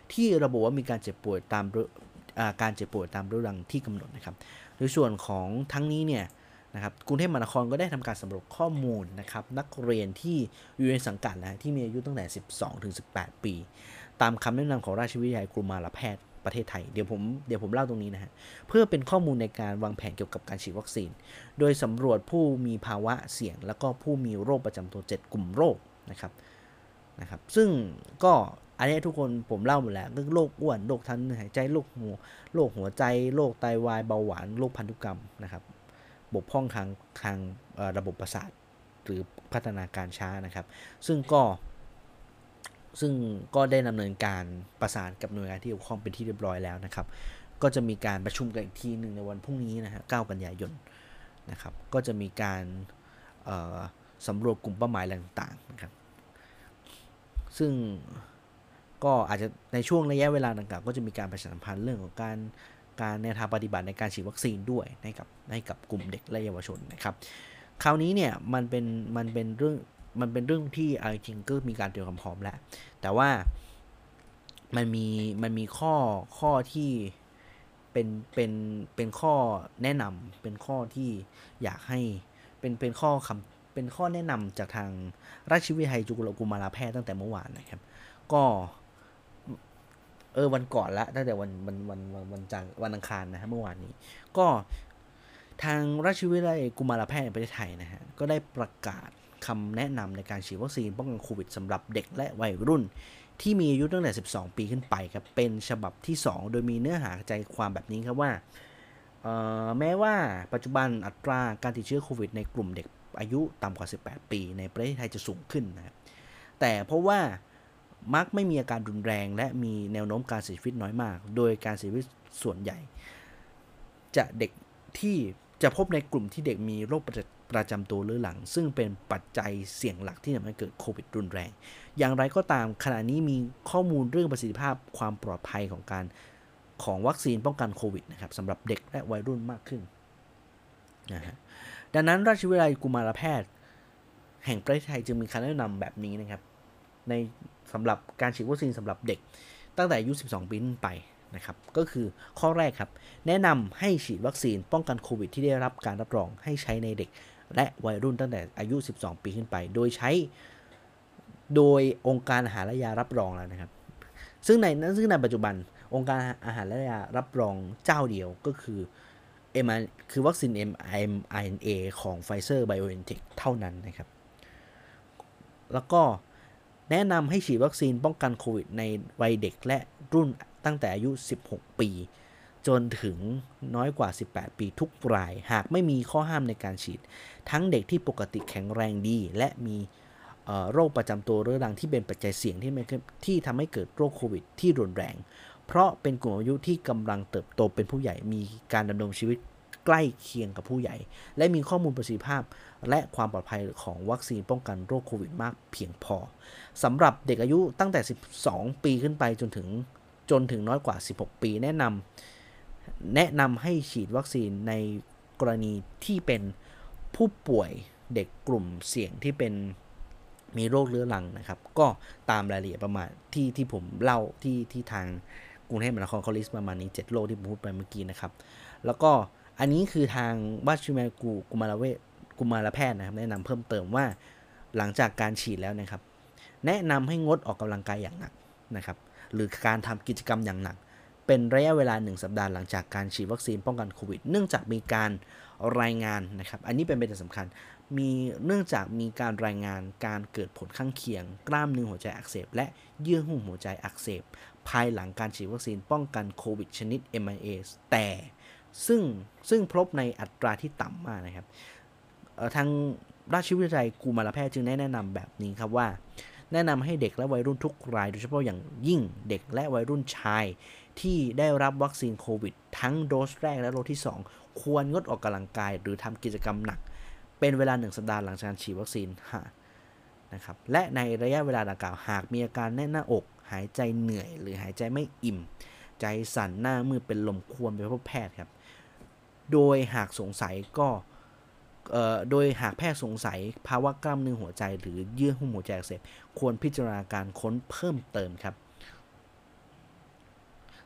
S1: ที่ระบุว่ามีการเจ็บป่วยตามการเจ็บป่วยตามเรื้อรังที่กำหนดนะครับโดยส่วนของทั้งนี้เนี่ยนะครับกรุงเทพมหานครก็ได้ทำการสำรวจข้อมูลนะครับนักเรียนที่อยู่ในสังกัดนะที่มีอายุตั้งแต่สิบสองถึงสิบแปดปีตามคำแนะนำของราชวิทยาลัยกุมารแพทย์ประเทศไทยเดี๋ยวผมเดี๋ยวผมเล่าตรงนี้นะฮะเพื่อเป็นข้อมูลในการวางแผนเกี่ยวกับการฉีดวัคซีนโดยสำรวจผู้มีภาวะเสี่ยงแล้วก็ผู้มีโรคประจำตัวเจ็ดกลุ่มโรคนะครับนะครับซึ่งก็อันนี้ทุกคนผมเล่าหมดแล้วเรื่องโรคอ้วนโรคทางหายใจโรคหัวโรคหัวใจโรคไตวายเบาหวานโรคพันธุกรรมนะครับบกพร่องทางทางระบบประสาทหรือพัฒนาการช้านะครับซึ่งก็ซึ่งก็ได้ดำเนินการประสานกับหน่วยงานที่เกี่ยวข้องเป็นที่เรียบร้อยแล้วนะครับก็จะมีการประชุมกันอีกทีหนึ่งในวันพรุ่งนี้นะฮะเก้ากันยายนนะครับก็จะมีการสำรวจกลุ่มเป้าหมายต่างๆนะครับซึ่งก็อาจจะในช่วงระยะเวลาดังกล่าวก็จะมีการประชาสัมพันธ์เรื่องของการการแนวทางปฏิบัติในการฉีดวัคซีนด้วยให้กับให้กับกลุ่มเด็กและเยาวชนนะครับคราวนี้เนี่ยมันเป็นมันเป็นเรื่องมันเป็นเรื่องที่เอาจริงก็มีการเตรียมความพร้อมแล้วแต่ว่ามันมีมันมีข้อข้อที่เป็นเป็นเป็นข้อแนะนำเป็นข้อที่อยากให้เป็นเป็นข้อคำเป็นข้อแนะนำจากทางราชวิทยาลัยจุฬากุมารแพทย์ตั้งแต่เมื่อวานนะครับก็เออวันก่อนละตั้งแต่วันวันวันวันวันจันทร์วันอังคารนะฮะเมื่อวานนี้ก็ทางราชวิทยาลัยกุมารแพทย์ในประเทศไทยนะฮะก็ได้ประกาศคำแนะนำในการฉีดวัคซีนป้องกันโควิดสำหรับเด็กและวัยรุ่นที่มีอายุตั้งแต่สิบสองปีขึ้นไปครับเป็นฉบับที่สองโดยมีเนื้อหาใจความแบบนี้ครับว่าแม้ว่าปัจจุบันอัตราการติดเชื้อโควิดในกลุ่มเด็กอายุต่ำกว่าสิบแปดปีในประเทศไทยจะสูงขึ้นนะครับแต่เพราะว่ามักไม่มีอาการรุนแรงและมีแนวโน้มการเสียชีวิตน้อยมากโดยการเสียชีวิตส่วนใหญ่จะเด็กที่จะพบในกลุ่มที่เด็กมีโรคประจำตัวเรื้อรังซึ่งเป็นปัจจัยเสี่ยงหลักที่ทำให้เกิดโควิดรุนแรงอย่างไรก็ตามขณะนี้มีข้อมูลเรื่องประสิทธิภาพความปลอดภัยของการของวัคซีนป้องกันโควิดนะครับสำหรับเด็กและวัยรุ่นมากขึ้นนะฮะดังนั้นราชวิทยาลัยกุมารแพทย์แห่งประเทศไทยจึงมีคำแนะนำแบบนี้นะครับในสำหรับการฉีดวัคซีนสำหรับเด็กตั้งแต่อายุสิบสองปีขึ้นไปนะครับก็คือข้อแรกครับแนะนำให้ฉีดวัคซีนป้องกันโควิดที่ได้รับการรับรองให้ใช้ในเด็กและวัยรุ่นตั้งแต่อายุสิบสองปีขึ้นไปโดยใช้โดยองค์การอาหารและยารับรองแล้วนะครับซึ่งในซึ่งในปัจจุบันองค์การอาหารและยารับรองเจ้าเดียวก็คือ เอ็ม คือวัคซีน เอ็ม อาร์ เอ็น เอ ของ Pfizer BioNTech เท่านั้นนะครับแล้วก็แนะนำให้ฉีดวัคซีนป้องกันโควิดในวัยเด็กและรุ่นตั้งแต่อายุสิบหกปีจนถึงน้อยกว่าสิบแปดปีทุกรายหากไม่มีข้อห้ามในการฉีดทั้งเด็กที่ปกติแข็งแรงดีและมีโรคประจำตัวเรื้อรังที่เป็นปัจจัยเสี่ยงที่ที่ทำให้เกิดโรคโควิดที่รุนแรงเพราะเป็นกลุ่มอายุที่กำลังเติบโตเป็นผู้ใหญ่มีการดำรงชีวิตใกล้เคียงกับผู้ใหญ่และมีข้อมูลประสิทธิภาพและความปลอดภัยของวัคซีนป้องกันโรคโควิดมากเพียงพอสำหรับเด็กอายุตั้งแต่สิบสองปีขึ้นไปจนถึงจนถึงน้อยกว่าสิบหกปีแนะนำแนะนำให้ฉีดวัคซีนในกรณีที่เป็นผู้ป่วยเด็กกลุ่มเสี่ยงที่เป็นมีโรคเรื้อรังนะครับก็ตามรายละเอียดประมาณที่ที่ผมเล่าที่ที่ทางกรุงเทพมหานครเขาลิสต์ประมาณนี้เจ็ดโรคที่ผมพูดไปเมื่อกี้นะครับแล้วก็อันนี้คือทางราชวิทยาลัยกุมารเวชกุมารแพทย์นะครับแนะนำเพิ่มเติมว่าหลังจากการฉีดแล้วนะครับแนะนำให้งดออกกำลังกายอย่างหนักนะครับหรือการทำกิจกรรมอย่างหนักเป็นระยะเวลาหนึ่งสัปดาห์หลังจากการฉีดวัคซีนป้องกันโควิดเนื่องจากมีการรายงานนะครับอันนี้เป็นประเด็นสำคัญมีเนื่องจากมีการรายงานการเกิดผลข้างเคียงกล้ามเนื้อหัวใจอักเสบและเยื่อหุ้มหัวใจอักเสบภายหลังการฉีดวัคซีนป้องกันโควิดชนิด เอ็ม อาร์ เอ็น เอ แต่ซึ่งซึ่งพบในอัตราที่ต่ำมากนะครับทางราชวิทยาลัยกุมารแพทย์จึงได้แนะนำแบบนี้ครับว่าแนะนำให้เด็กและวัยรุ่นทุกรายโดยเฉพาะอย่างยิ่งเด็กและวัยรุ่นชายที่ได้รับวัคซีนโควิดทั้งโดสแรกและโดสที่สองควรงดออกกำลังกายหรือทำกิจกรรมหนักเป็นเวลาหนึ่งสัปดาห์หลังจากการฉีดวัคซีนนะครับและในระยะเวลาดังกล่าวหากมีอาการแน่นหน้าอกหายใจเหนื่อยหรือหายใจไม่อิ่มใจสั่นหน้ามืดเป็นลมควรไปพบแพทย์ครับโดยหากสงสัยก็โดยหากแพทย์สงสัยภาวะกล้ามเนื้อหัวใจหรือเยื่อหุ้มหัวใจอักเสบควรพิจารณาการค้นเพิ่มเติมครับ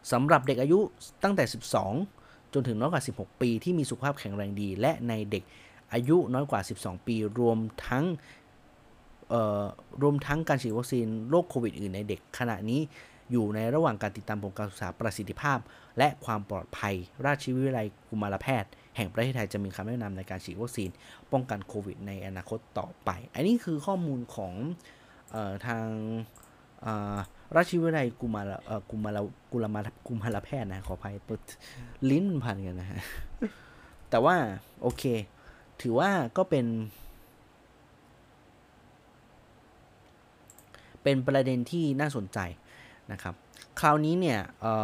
S1: สำหรับเด็กอายุตั้งแต่สิบสองจนถึงน้อยกว่าสิบหกปีที่มีสุขภาพแข็งแรงดีและในเด็กอายุน้อยกว่าสิบสองปีรวมทั้งรวมทั้งการฉีดวัคซีนโรคโควิดอื่นในเด็กขณะนี้อยู่ในระหว่างการติดตามผลการศึกษาประสิทธิภาพและความปลอดภัยราชวิทยาลัยกุมารแพทย์แห่งประเทศไทยจะมีคำแนะนำในการฉีดวัคซีนป้องกันโควิดในอนาคตต่อไปอันนี้คือข้อมูลของเอ่อทางราชวิทยาลัยกุมารกุมารกุลามากุมารแพทย์นะขออภัยลิ้นพันกันนะฮะ แต่ว่าโอเคถือว่าก็เป็นเป็นประเด็นที่น่าสนใจนะครับคราวนี้เนี่ย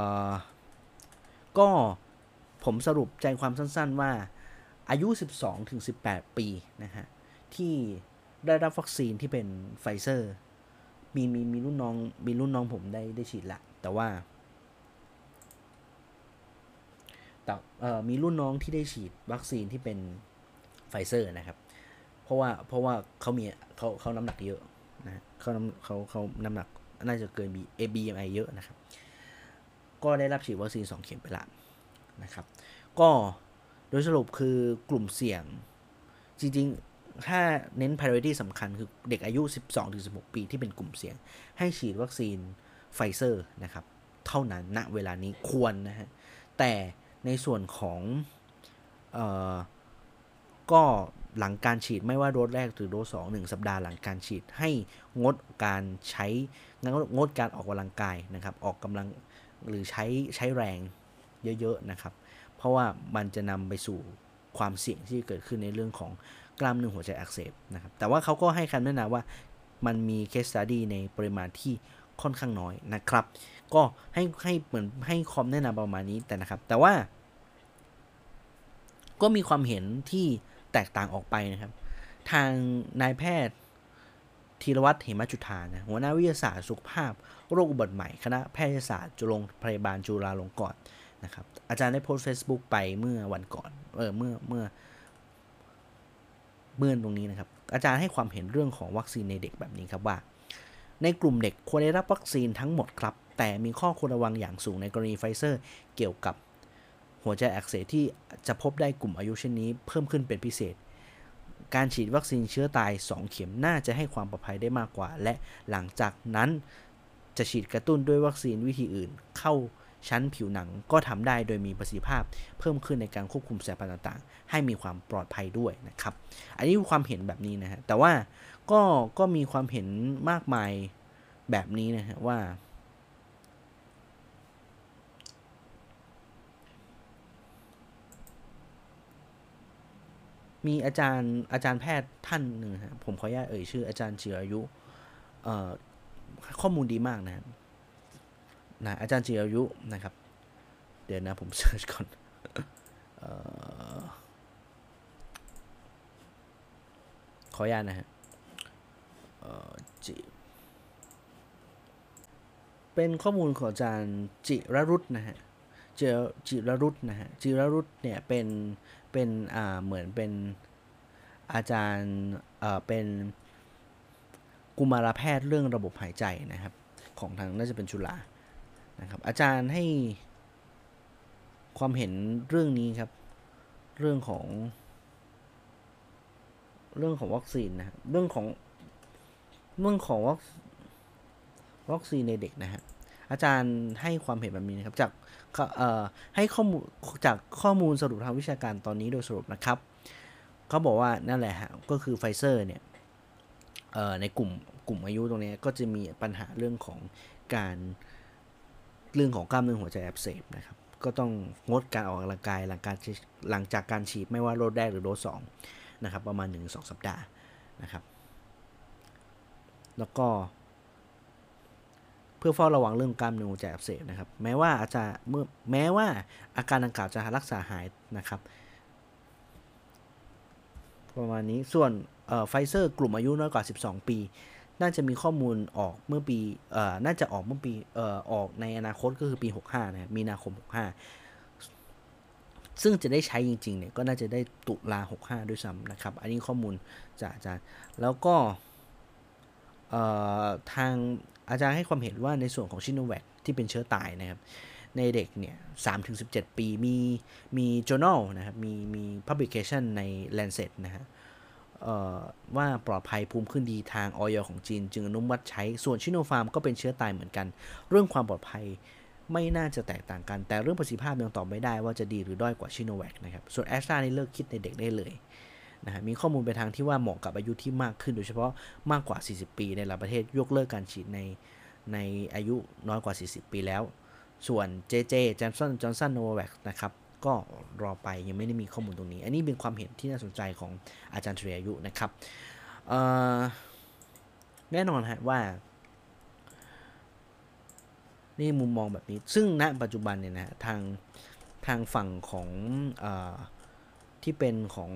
S1: ก็ผมสรุปใจความสั้นๆว่าอายุ สิบสองถึงสิบแปด ปีนะฮะที่ได้รับวัคซีนที่เป็นไฟเซอร์มีมีมีรุ่นน้องมีรุ่นน้องผมได้ได้ฉีดละแต่ว่าแต่มีรุ่นน้องที่ได้ฉีดวัคซีนที่เป็นไฟเซอร์นะครับเพราะว่าเพราะว่าเขามีเขาเขาน้ำหนักเยอะนะเขาเขาเขาน้ำหนักน่าจะเกิน บี เอ็ม ไอ เยอะนะครับก็ได้รับฉีดวัคซีนสองเข็มไปละนะครับก็โดยสรุปคือกลุ่มเสี่ยงจริงๆถ้าเน้น priority สำคัญคือเด็กอายุ สิบสองถึงสิบหก ปีที่เป็นกลุ่มเสี่ยงให้ฉีดวัคซีนไฟเซอร์นะครับเท่านั้นณเวลานี้ควรนะฮะแต่ในส่วนของเอ่อก็หลังการฉีดไม่ว่าโดสแรกหรือโดสสองหนึ่งสัปดาห์หลังการฉีดให้งดการใช้งดการออกกำลังกายนะครับออกกำลังหรือใช้ใช้แรงเยอะๆนะครับเพราะว่ามันจะนำไปสู่ความเสี่ยงที่เกิดขึ้นในเรื่องของกล้ามเนื้อหัวใจอักเสบนะครับแต่ว่าเขาก็ให้คำแนะนำว่ามันมี case study ในปริมาณที่ค่อนข้างน้อยนะครับก็ให้ให้เหมือนให้คอมแนะนำประมาณนี้แต่นะครับแต่ว่าก็มีความเห็นที่แตกต่างออกไปนะครับทางนายแพทย์ธีรวัฒน์เหมจุฑานะหัวหน้าวิทยาศาสตร์สุขภาพโรคอุบัติใหม่คณะแพทยศาสตร์จุฬาพยาบาลจุฬาลงกรณ์นะครับอาจารย์ได้โพสต์ Facebook ไปเมื่อวันก่อนเออเมื่อเมื่อเมื่อตรงนี้นะครับอาจารย์ให้ความเห็นเรื่องของวัคซีนในเด็กแบบนี้ครับว่าในกลุ่มเด็กควรได้รับวัคซีนทั้งหมดครับแต่มีข้อควรระวังอย่างสูงในกรณีไฟเซอร์เกี่ยวกับหัวใจอักเสบที่จะพบได้กลุ่มอายุเช่นนี้เพิ่มขึ้นเป็นพิเศษการฉีดวัคซีนเชื้อตายสองเข็มน่าจะให้ความปลอดภัยได้มากกว่าและหลังจากนั้นจะฉีดกระตุ้นด้วยวัคซีนวิธีอื่นเข้าชั้นผิวหนังก็ทำได้โดยมีประสิทธิภาพเพิ่มขึ้นในการควบคุมสายพันธุ์ต่างๆให้มีความปลอดภัยด้วยนะครับอันนี้ความเห็นแบบนี้นะฮะแต่ว่าก็ก็มีความเห็นมากมายแบบนี้นะฮะว่ามีอาจารย์อาจารย์แพทย์ท่านหนึ่งครับผมขออนุญาตเอ่ยชื่ออาจารย์จิรายุข้อมูลดีมากนะนะอาจารย์จิรายุนะครับเดี๋ยวนะผมเสิร์ชก่อนขออนุญาตนะฮะจิเป็นข้อมูลของอาจารย์จิรรุตนะฮะจิจิรรุตนะฮะจิรรุตเนี่ยเป็นเป็นอ่าเหมือนเป็นอาจารย์เอ่อเป็นกุมารแพทย์เรื่องระบบหายใจนะครับของทางน่าจะเป็นจุฬานะครับอาจารย์ให้ความเห็นเรื่องนี้ครับเรื่องของเรื่องของวัคซีนนะเรื่องของเรื่องของวัคซีนในเด็กนะฮะอาจารย์ให้ความเห็นแบบนี้นะครับจากเอ่อให้ข้อมูลจากข้อมูลสรุปทางวิชาการตอนนี้โดยสรุปนะครับเขาบอกว่านั่นแหละฮะก็คือไฟเซอร์เนี่ยในกลุ่มกลุ่มอายุตรงนี้ก็จะมีปัญหาเรื่องของการเรื่องของกล้ามเนื้อหัวใจอักเสบนะครับก็ต้องงดการออกกำลังกายหลังการหลังจากการฉีดไม่ว่าโดสแรกหรือโดสสองนะครับประมาณ หนึ่งถึงสอง สัปดาห์นะครับแล้วก็เพื่อเฝ้าระวังเรื่องกล้ามเนื้อหัวใจอักเสบนะครับแม้ว่าอาจจะเมื่อแม้ว่าอาการดังกล่าวจะรักษาหายนะครับประมาณนี้ส่วนไฟเซอร์กลุ่มอายุน้อยกว่าสิบสองปีน่าจะมีข้อมูลออกเมื่อปีเอ่อน่าจะออกเมื่อปีเอ่อออกในอนาคตก็คือปีหกสิบห้านะมีนาคมหกสิบห้าซึ่งจะได้ใช้จริงๆเนี่ยก็น่าจะได้ตุลาหกสิบห้าด้วยซ้ำนะครับอันนี้ข้อมูลจากอาจารย์แล้วก็ทางอาจารย์ให้ความเห็นว่าในส่วนของชิโนแวคที่เป็นเชื้อตายนะครับในเด็กเนี่ย สามถึงสิบเจ็ด ปีมีมี journal นะครับมีมี publication ใน Lancet นะฮะว่าปลอดภัยภูมิขึ้นดีทางอย.ของจีนจึงอนุมัติใช้ส่วนชิโนฟาร์มก็เป็นเชื้อตายเหมือนกันเรื่องความปลอดภัยไม่น่าจะแตกต่างกันแต่เรื่องประสิทธิภาพยังตอบไม่ได้ว่าจะดีหรือด้อยกว่าชิโนแวคนะครับส่วนแอสตรานี่เลิกคิดในเด็กได้เลยนะฮะมีข้อมูลไปทางที่ว่าเหมาะกับอายุที่มากขึ้นโดยเฉพาะมากกว่าสี่สิบปีในหลายประเทศยกเลิกการฉีดในในอายุน้อยกว่าสี่สิบปีแล้วส่วน เจ เจ Johnson Johnson Novavax นะครับก็รอไปยังไม่ได้มีข้อมูลตรงนี้อันนี้เป็นความเห็นที่น่าสนใจของอาจารย์เฉลียอายุนะครับแน่นอนฮะว่านี่มุมมองแบบนี้ซึ่งณปัจจุบันเนี่ยนะทางทางฝั่งของเอ่อที่เป็นของ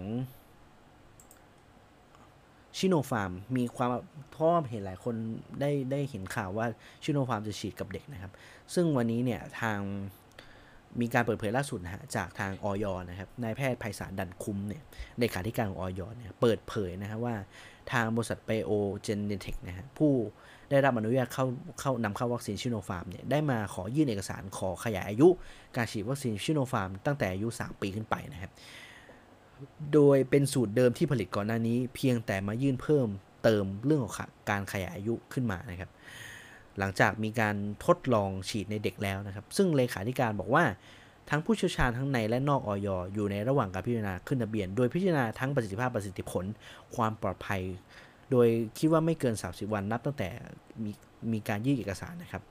S1: ชิโนฟาร์มมีความเพราะเห็นหลายคนได้ได้เห็นข่าวว่าชิโนฟาร์มจะฉีดกับเด็กนะครับซึ่งวันนี้เนี่ยทางมีการเปิดเผยล่าสุดนะฮะจากทางอย.นะครับนายแพทย์ไพศาลดันคุ้มเนี่ยเลขาธิการของอย.เนี่ยเปิดเผยนะฮะว่าทางบริษัทไบโอเจเนเทคนะฮะผู้ได้รับอนุญาตเข้าเข้านำเข้าวัคซีนชิโนฟาร์มเนี่ยได้มาขอยื่นเอกสารขอขยายอายุการฉีดวัคซีนชิโนฟาร์มตั้งแต่อายุสามปีขึ้นไปนะครับโดยเป็นสูตรเดิมที่ผลิตก่อนหน้านี้เพียงแต่มายื่นเพิ่มเติมเรื่องของการขยายอายุขึ้นมานะครับหลังจากมีการทดลองฉีดในเด็กแล้วนะครับซึ่งเลขาธิการบอกว่าทั้งผู้เชี่ยวชาญทั้งในและนอกอย.อยู่ในระหว่างการพิจารณาขึ้นทะเบียนโดยพิจารณาทั้งประสิทธิภาพประสิทธิผลความปลอดภัยโดยคิดว่าไม่เกินสามสิบวันนับตั้งแต่มีมีการยื่นเอกสารนะครับ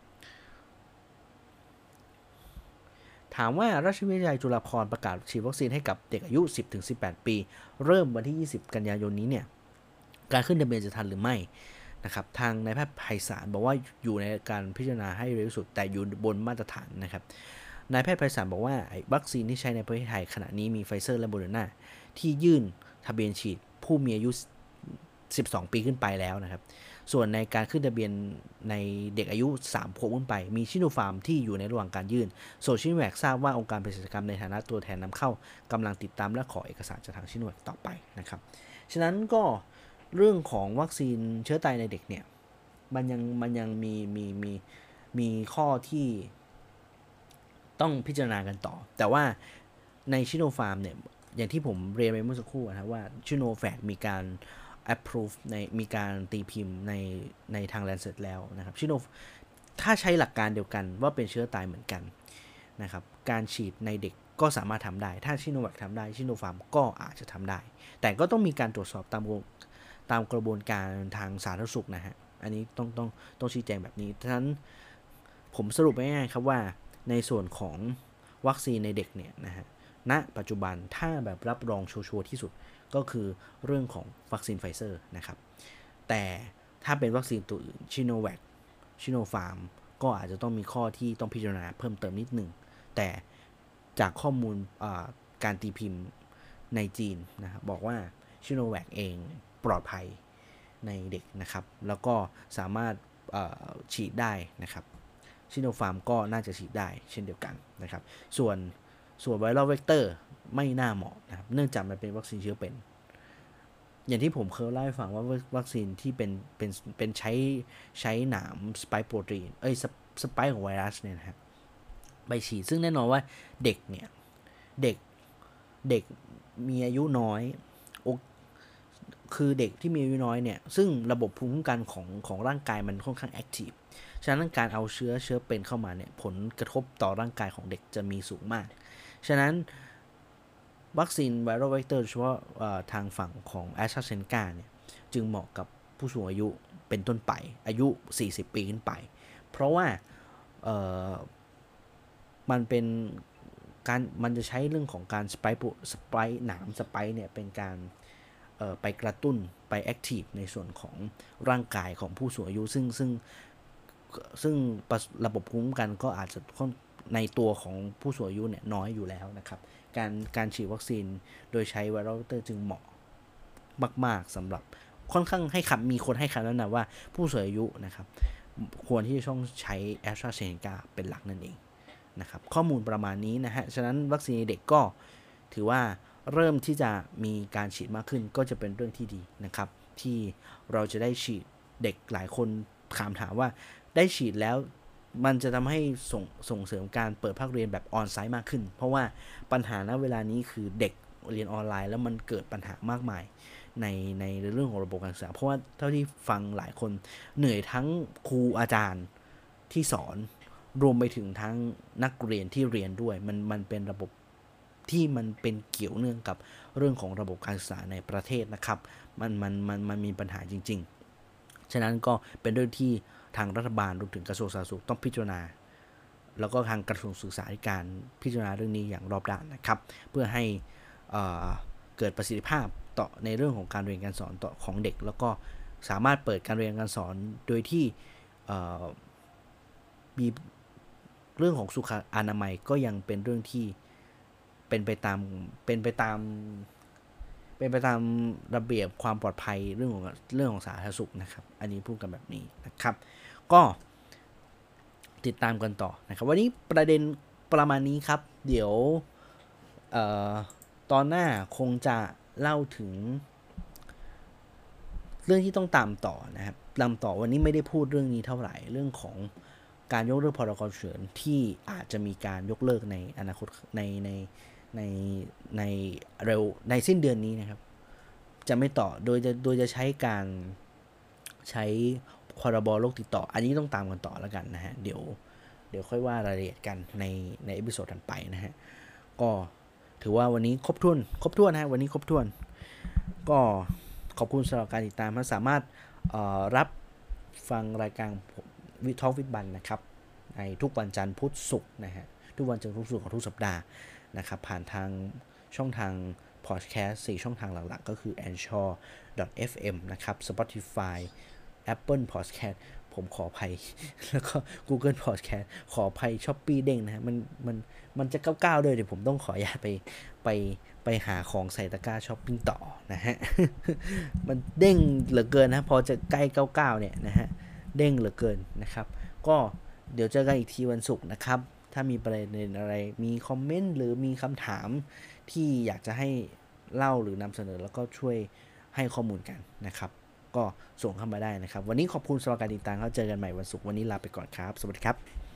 S1: ถามว่าราชวิทยาลัยจุฬาภรณ์ประกาศฉีดวัคซีนให้กับเด็กอายุ สิบถึงสิบแปด ปีเริ่มวันที่ยี่สิบกันยายนนี้เนี่ยการขึ้นทะเบียนจะทันหรือไม่นะครับทางนายแพทย์ไพศาลบอกว่าอยู่ในการพิจารณาให้เร็วที่สุดแต่อยู่บนมาตรฐานนะครับนายแพทย์ไพศาลบอกว่าวัคซีนที่ใช้ในประเทศไทยขณะนี้มีไฟเซอร์และโมเดอร์นาที่ยื่นทะเบียนฉีดผู้มีอายุสิบสองปีขึ้นไปแล้วนะครับส่วนในการขึ้นทะเบียนในเด็กอายุสามขวบขึ้นไปมีชิโนฟาร์มที่อยู่ในระหว่างการยื่นโซชิโนแวคทราบว่าองค์การเภสัชกรรมในฐานะตัวแทนนำเข้ากำลังติดตามและขอเอกสารจากทางชิโนแวคต่อไปนะครับฉะนั้นก็เรื่องของวัคซีนเชื้อตายในเด็กเนี่ยมันยังมันยังมีมีมีมีข้อที่ต้องพิจารณากันต่อแต่ว่าในชิโนฟาร์มเนี่ยอย่างที่ผมเรียนไปเมื่อสักครู่นะว่าชิโนแวคมีการ approve ในมีการตีพิมพ์ในในทาง Lancet แล้วนะครับชิโนถ้าใช้หลักการเดียวกันว่าเป็นเชื้อตายเหมือนกันนะครับการฉีดในเด็กก็สามารถทำได้ถ้าชิโนแวคทำได้ชิโนฟาร์มก็อาจจะทำได้แต่ก็ต้องมีการตรวจสอบตามตามกระบวนการทางสาธารณสุขนะฮะอันนี้ต้องต้องต้องชี้แจงแบบนี้ฉะนั้นผมสรุปง่ายๆครับว่าในส่วนของวัคซีนในเด็กเนี่ยนะฮะณปัจจุบันถ้าแบบรับรองชัวร์ที่สุดก็คือเรื่องของวัคซีนไฟเซอร์นะครับแต่ถ้าเป็นวัคซีนตัวอื่นชิโนแวคชิโนฟาร์มก็อาจจะต้องมีข้อที่ต้องพิจารณาเพิ่มเติมนิดหนึ่งแต่จากข้อมูลการตีพิมพ์ในจีนนะครับบอกว่าชิโนแวคเองปลอดภัยในเด็กนะครับแล้วก็สามารถฉีดได้นะครับชิโนฟาร์มก็น่าจะฉีดได้เช่นเดียวกันนะครับส่วนส่วนไวรัลเวกเตอร์ไม่น่าเหมาะนะครับเนื่องจากมันเป็นวัคซีนเชื้อเป็นอย่างที่ผมเคยเล่าให้ฟังว่าวัคซีนที่เป็นเป็นเป็นใช้ใช้หนามสไปค์โปรตีนเอ้ยสไปค์ของไวรัสเนี่ยนะครับไปฉีดซึ่งแน่นอนว่าเด็กเนี่ยเด็กเด็กมีอายุน้อยคือเด็กที่มีอายุน้อยเนี่ยซึ่งระบบภูมิคุ้มกันของของร่างกายมันค่อนข้างแอคทีฟฉะนั้นการเอาเชื้อเชื้อเป็นเข้ามาเนี่ยผลกระทบต่อร่างกายของเด็กจะมีสูงมากฉะนั้นวัคซีนไวรัลเวกเตอร์เฉพาะทางฝั่งของ AstraZeneca เนี่ยจึงเหมาะกับผู้สูงอายุเป็นต้นไปอายุสี่สิบปีขึ้นไปเพราะว่ามันเป็นการมันจะใช้เรื่องของการสไปค์สไปค์หนามสไปค์เนี่ยเป็นการไปกระตุ้นไปแอคทีฟในส่วนของร่างกายของผู้สูงอายุซึ่งซึ่งซึ่งระบบภูมิคุ้มกันก็อาจจะในตัวของผู้สูงอายุเนี่ยน้อยอยู่แล้วนะครับการการฉีดวัคซีนโดยใช้ไวรัลเวกเตอร์จึงเหมาะมากๆสำหรับค่อนข้างให้คำมีคนให้คำแนะนำว่าผู้สูงอายุนะครับควรที่จะต้องใช้ AstraZeneca เป็นหลักนั่นเองนะครับข้อมูลประมาณนี้นะฮะฉะนั้นวัคซีนเด็กก็ถือว่าเริ่มที่จะมีการฉีดมากขึ้นก็จะเป็นเรื่องที่ดีนะครับที่เราจะได้ฉีดเด็กหลายคนถามถามว่าได้ฉีดแล้ว
S2: มันจะทำให้ส่งส่งเสริมการเปิดภาคเรียนแบบออนไซต์มากขึ้นเพราะว่าปัญหาณเวลานี้คือเด็กเรียนออนไลน์แล้วมันเกิดปัญหามากมายในในเรื่องของระบบการศึกษาเพราะว่าเท่าที่ฟังหลายคนเหนื่อยทั้งครูอาจารย์ที่สอนรวมไปถึงทั้งนักเรียนที่เรียนด้วยมันมันเป็นระบบที่มันเป็นเกี่ยวเนื่องกับเรื่องของระบบการศึกษาในประเทศนะครับมันมันมันมันมีปัญหาจริงๆฉะนั้นก็เป็นเรื่องที่ทางรัฐบาลรวมถึงกระทรวงสาธารณสุขต้องพิจารณาแล้วก็ทางกระทรวงศึกษาธิการพิจารณาเรื่องนี้อย่างรอบด้านนะครับเพื่อให้เเกิดประสิทธิภาพต่อในเรื่องของการเรียนการสอนต่อของเด็กแล้วก็สามารถเปิดการเรียนการสอนโดยที่มีเรื่องของสุขอนามัยก็ยังเป็นเรื่องที่เป็นไปตามเป็นไปตามเป็นไปตามระเบียบความปลอดภัยเรื่องของเรื่องของสาธารณสุขนะครับอันนี้พูดกันแบบนี้นะครับก็ติดตามกันต่อนะครับวันนี้ประเด็นประมาณนี้ครับเดี๋ยวเอ่อตอนหน้าคงจะเล่าถึงเรื่องที่ต้องตามต่อนะครับตามต่อวันนี้ไม่ได้พูดเรื่องนี้เท่าไหร่เรื่องของการยกเลิกพรกฉุกเฉินที่อาจจะมีการยกเลิกในอนาคตในในในในเร็วในสิ้นเดือนนี้นะครับจะไม่ต่อโดยจะโดยจะใช้การใช้พรบโรคติดต่ออันนี้ต้องตามกันต่อแล้วกันนะฮะเดี๋ยวเดี๋ยวค่อยว่ารายละเอียดกันในในเอพิโซดถัดไปนะฮะก็ถือว่าวันนี้ครบถ้วนครบถ้วนนะฮะวันนี้ครบถ้วนก็ขอบคุณสำหรับการติดตามท่านสามารถรับฟังรายการวิทอล์กวิดบันนะครับในทุกวันจันทร์พุธศุกร์นะฮะทุกวันจันทร์พุธศุกร์ของทุกสัปดาห์นะครับผ่านทางช่องทางพอดแคสต์สี่ช่องทางหลักๆก็คือ แอนชอร์ ดอท เอฟ เอ็ม นะครับ Spotify Apple Podcast ผมขออภัยแล้วก็ Google Podcast ขออภัย Shopee เด้งนะฮะมันมันมันจะเก้าๆด้วยเดี๋ยวผมต้องขออนุญาตไปไปไปหาของใส่ตะกร้าช้อปปิ้งต่อนะฮะ มันเด้งเหลือเกินนะพอจะใกล้เก้าสิบเก้าเนี่ยนะฮะเด้งเหลือเกินนะครับก็เดี๋ยวเจอกันอีกทีวันศุกร์นะครับถ้ามีประเด็นอะไรมีคอมเมนต์หรือมีคำถามที่อยากจะให้เล่าหรือนำเสนอแล้วก็ช่วยให้ข้อมูลกันนะครับก็ส่งเข้ามาได้นะครับวันนี้ขอบคุณสำหรับการติดตามครับเจอกันใหม่วันศุกร์วันนี้ลาไปก่อนครับสวัสดีครับ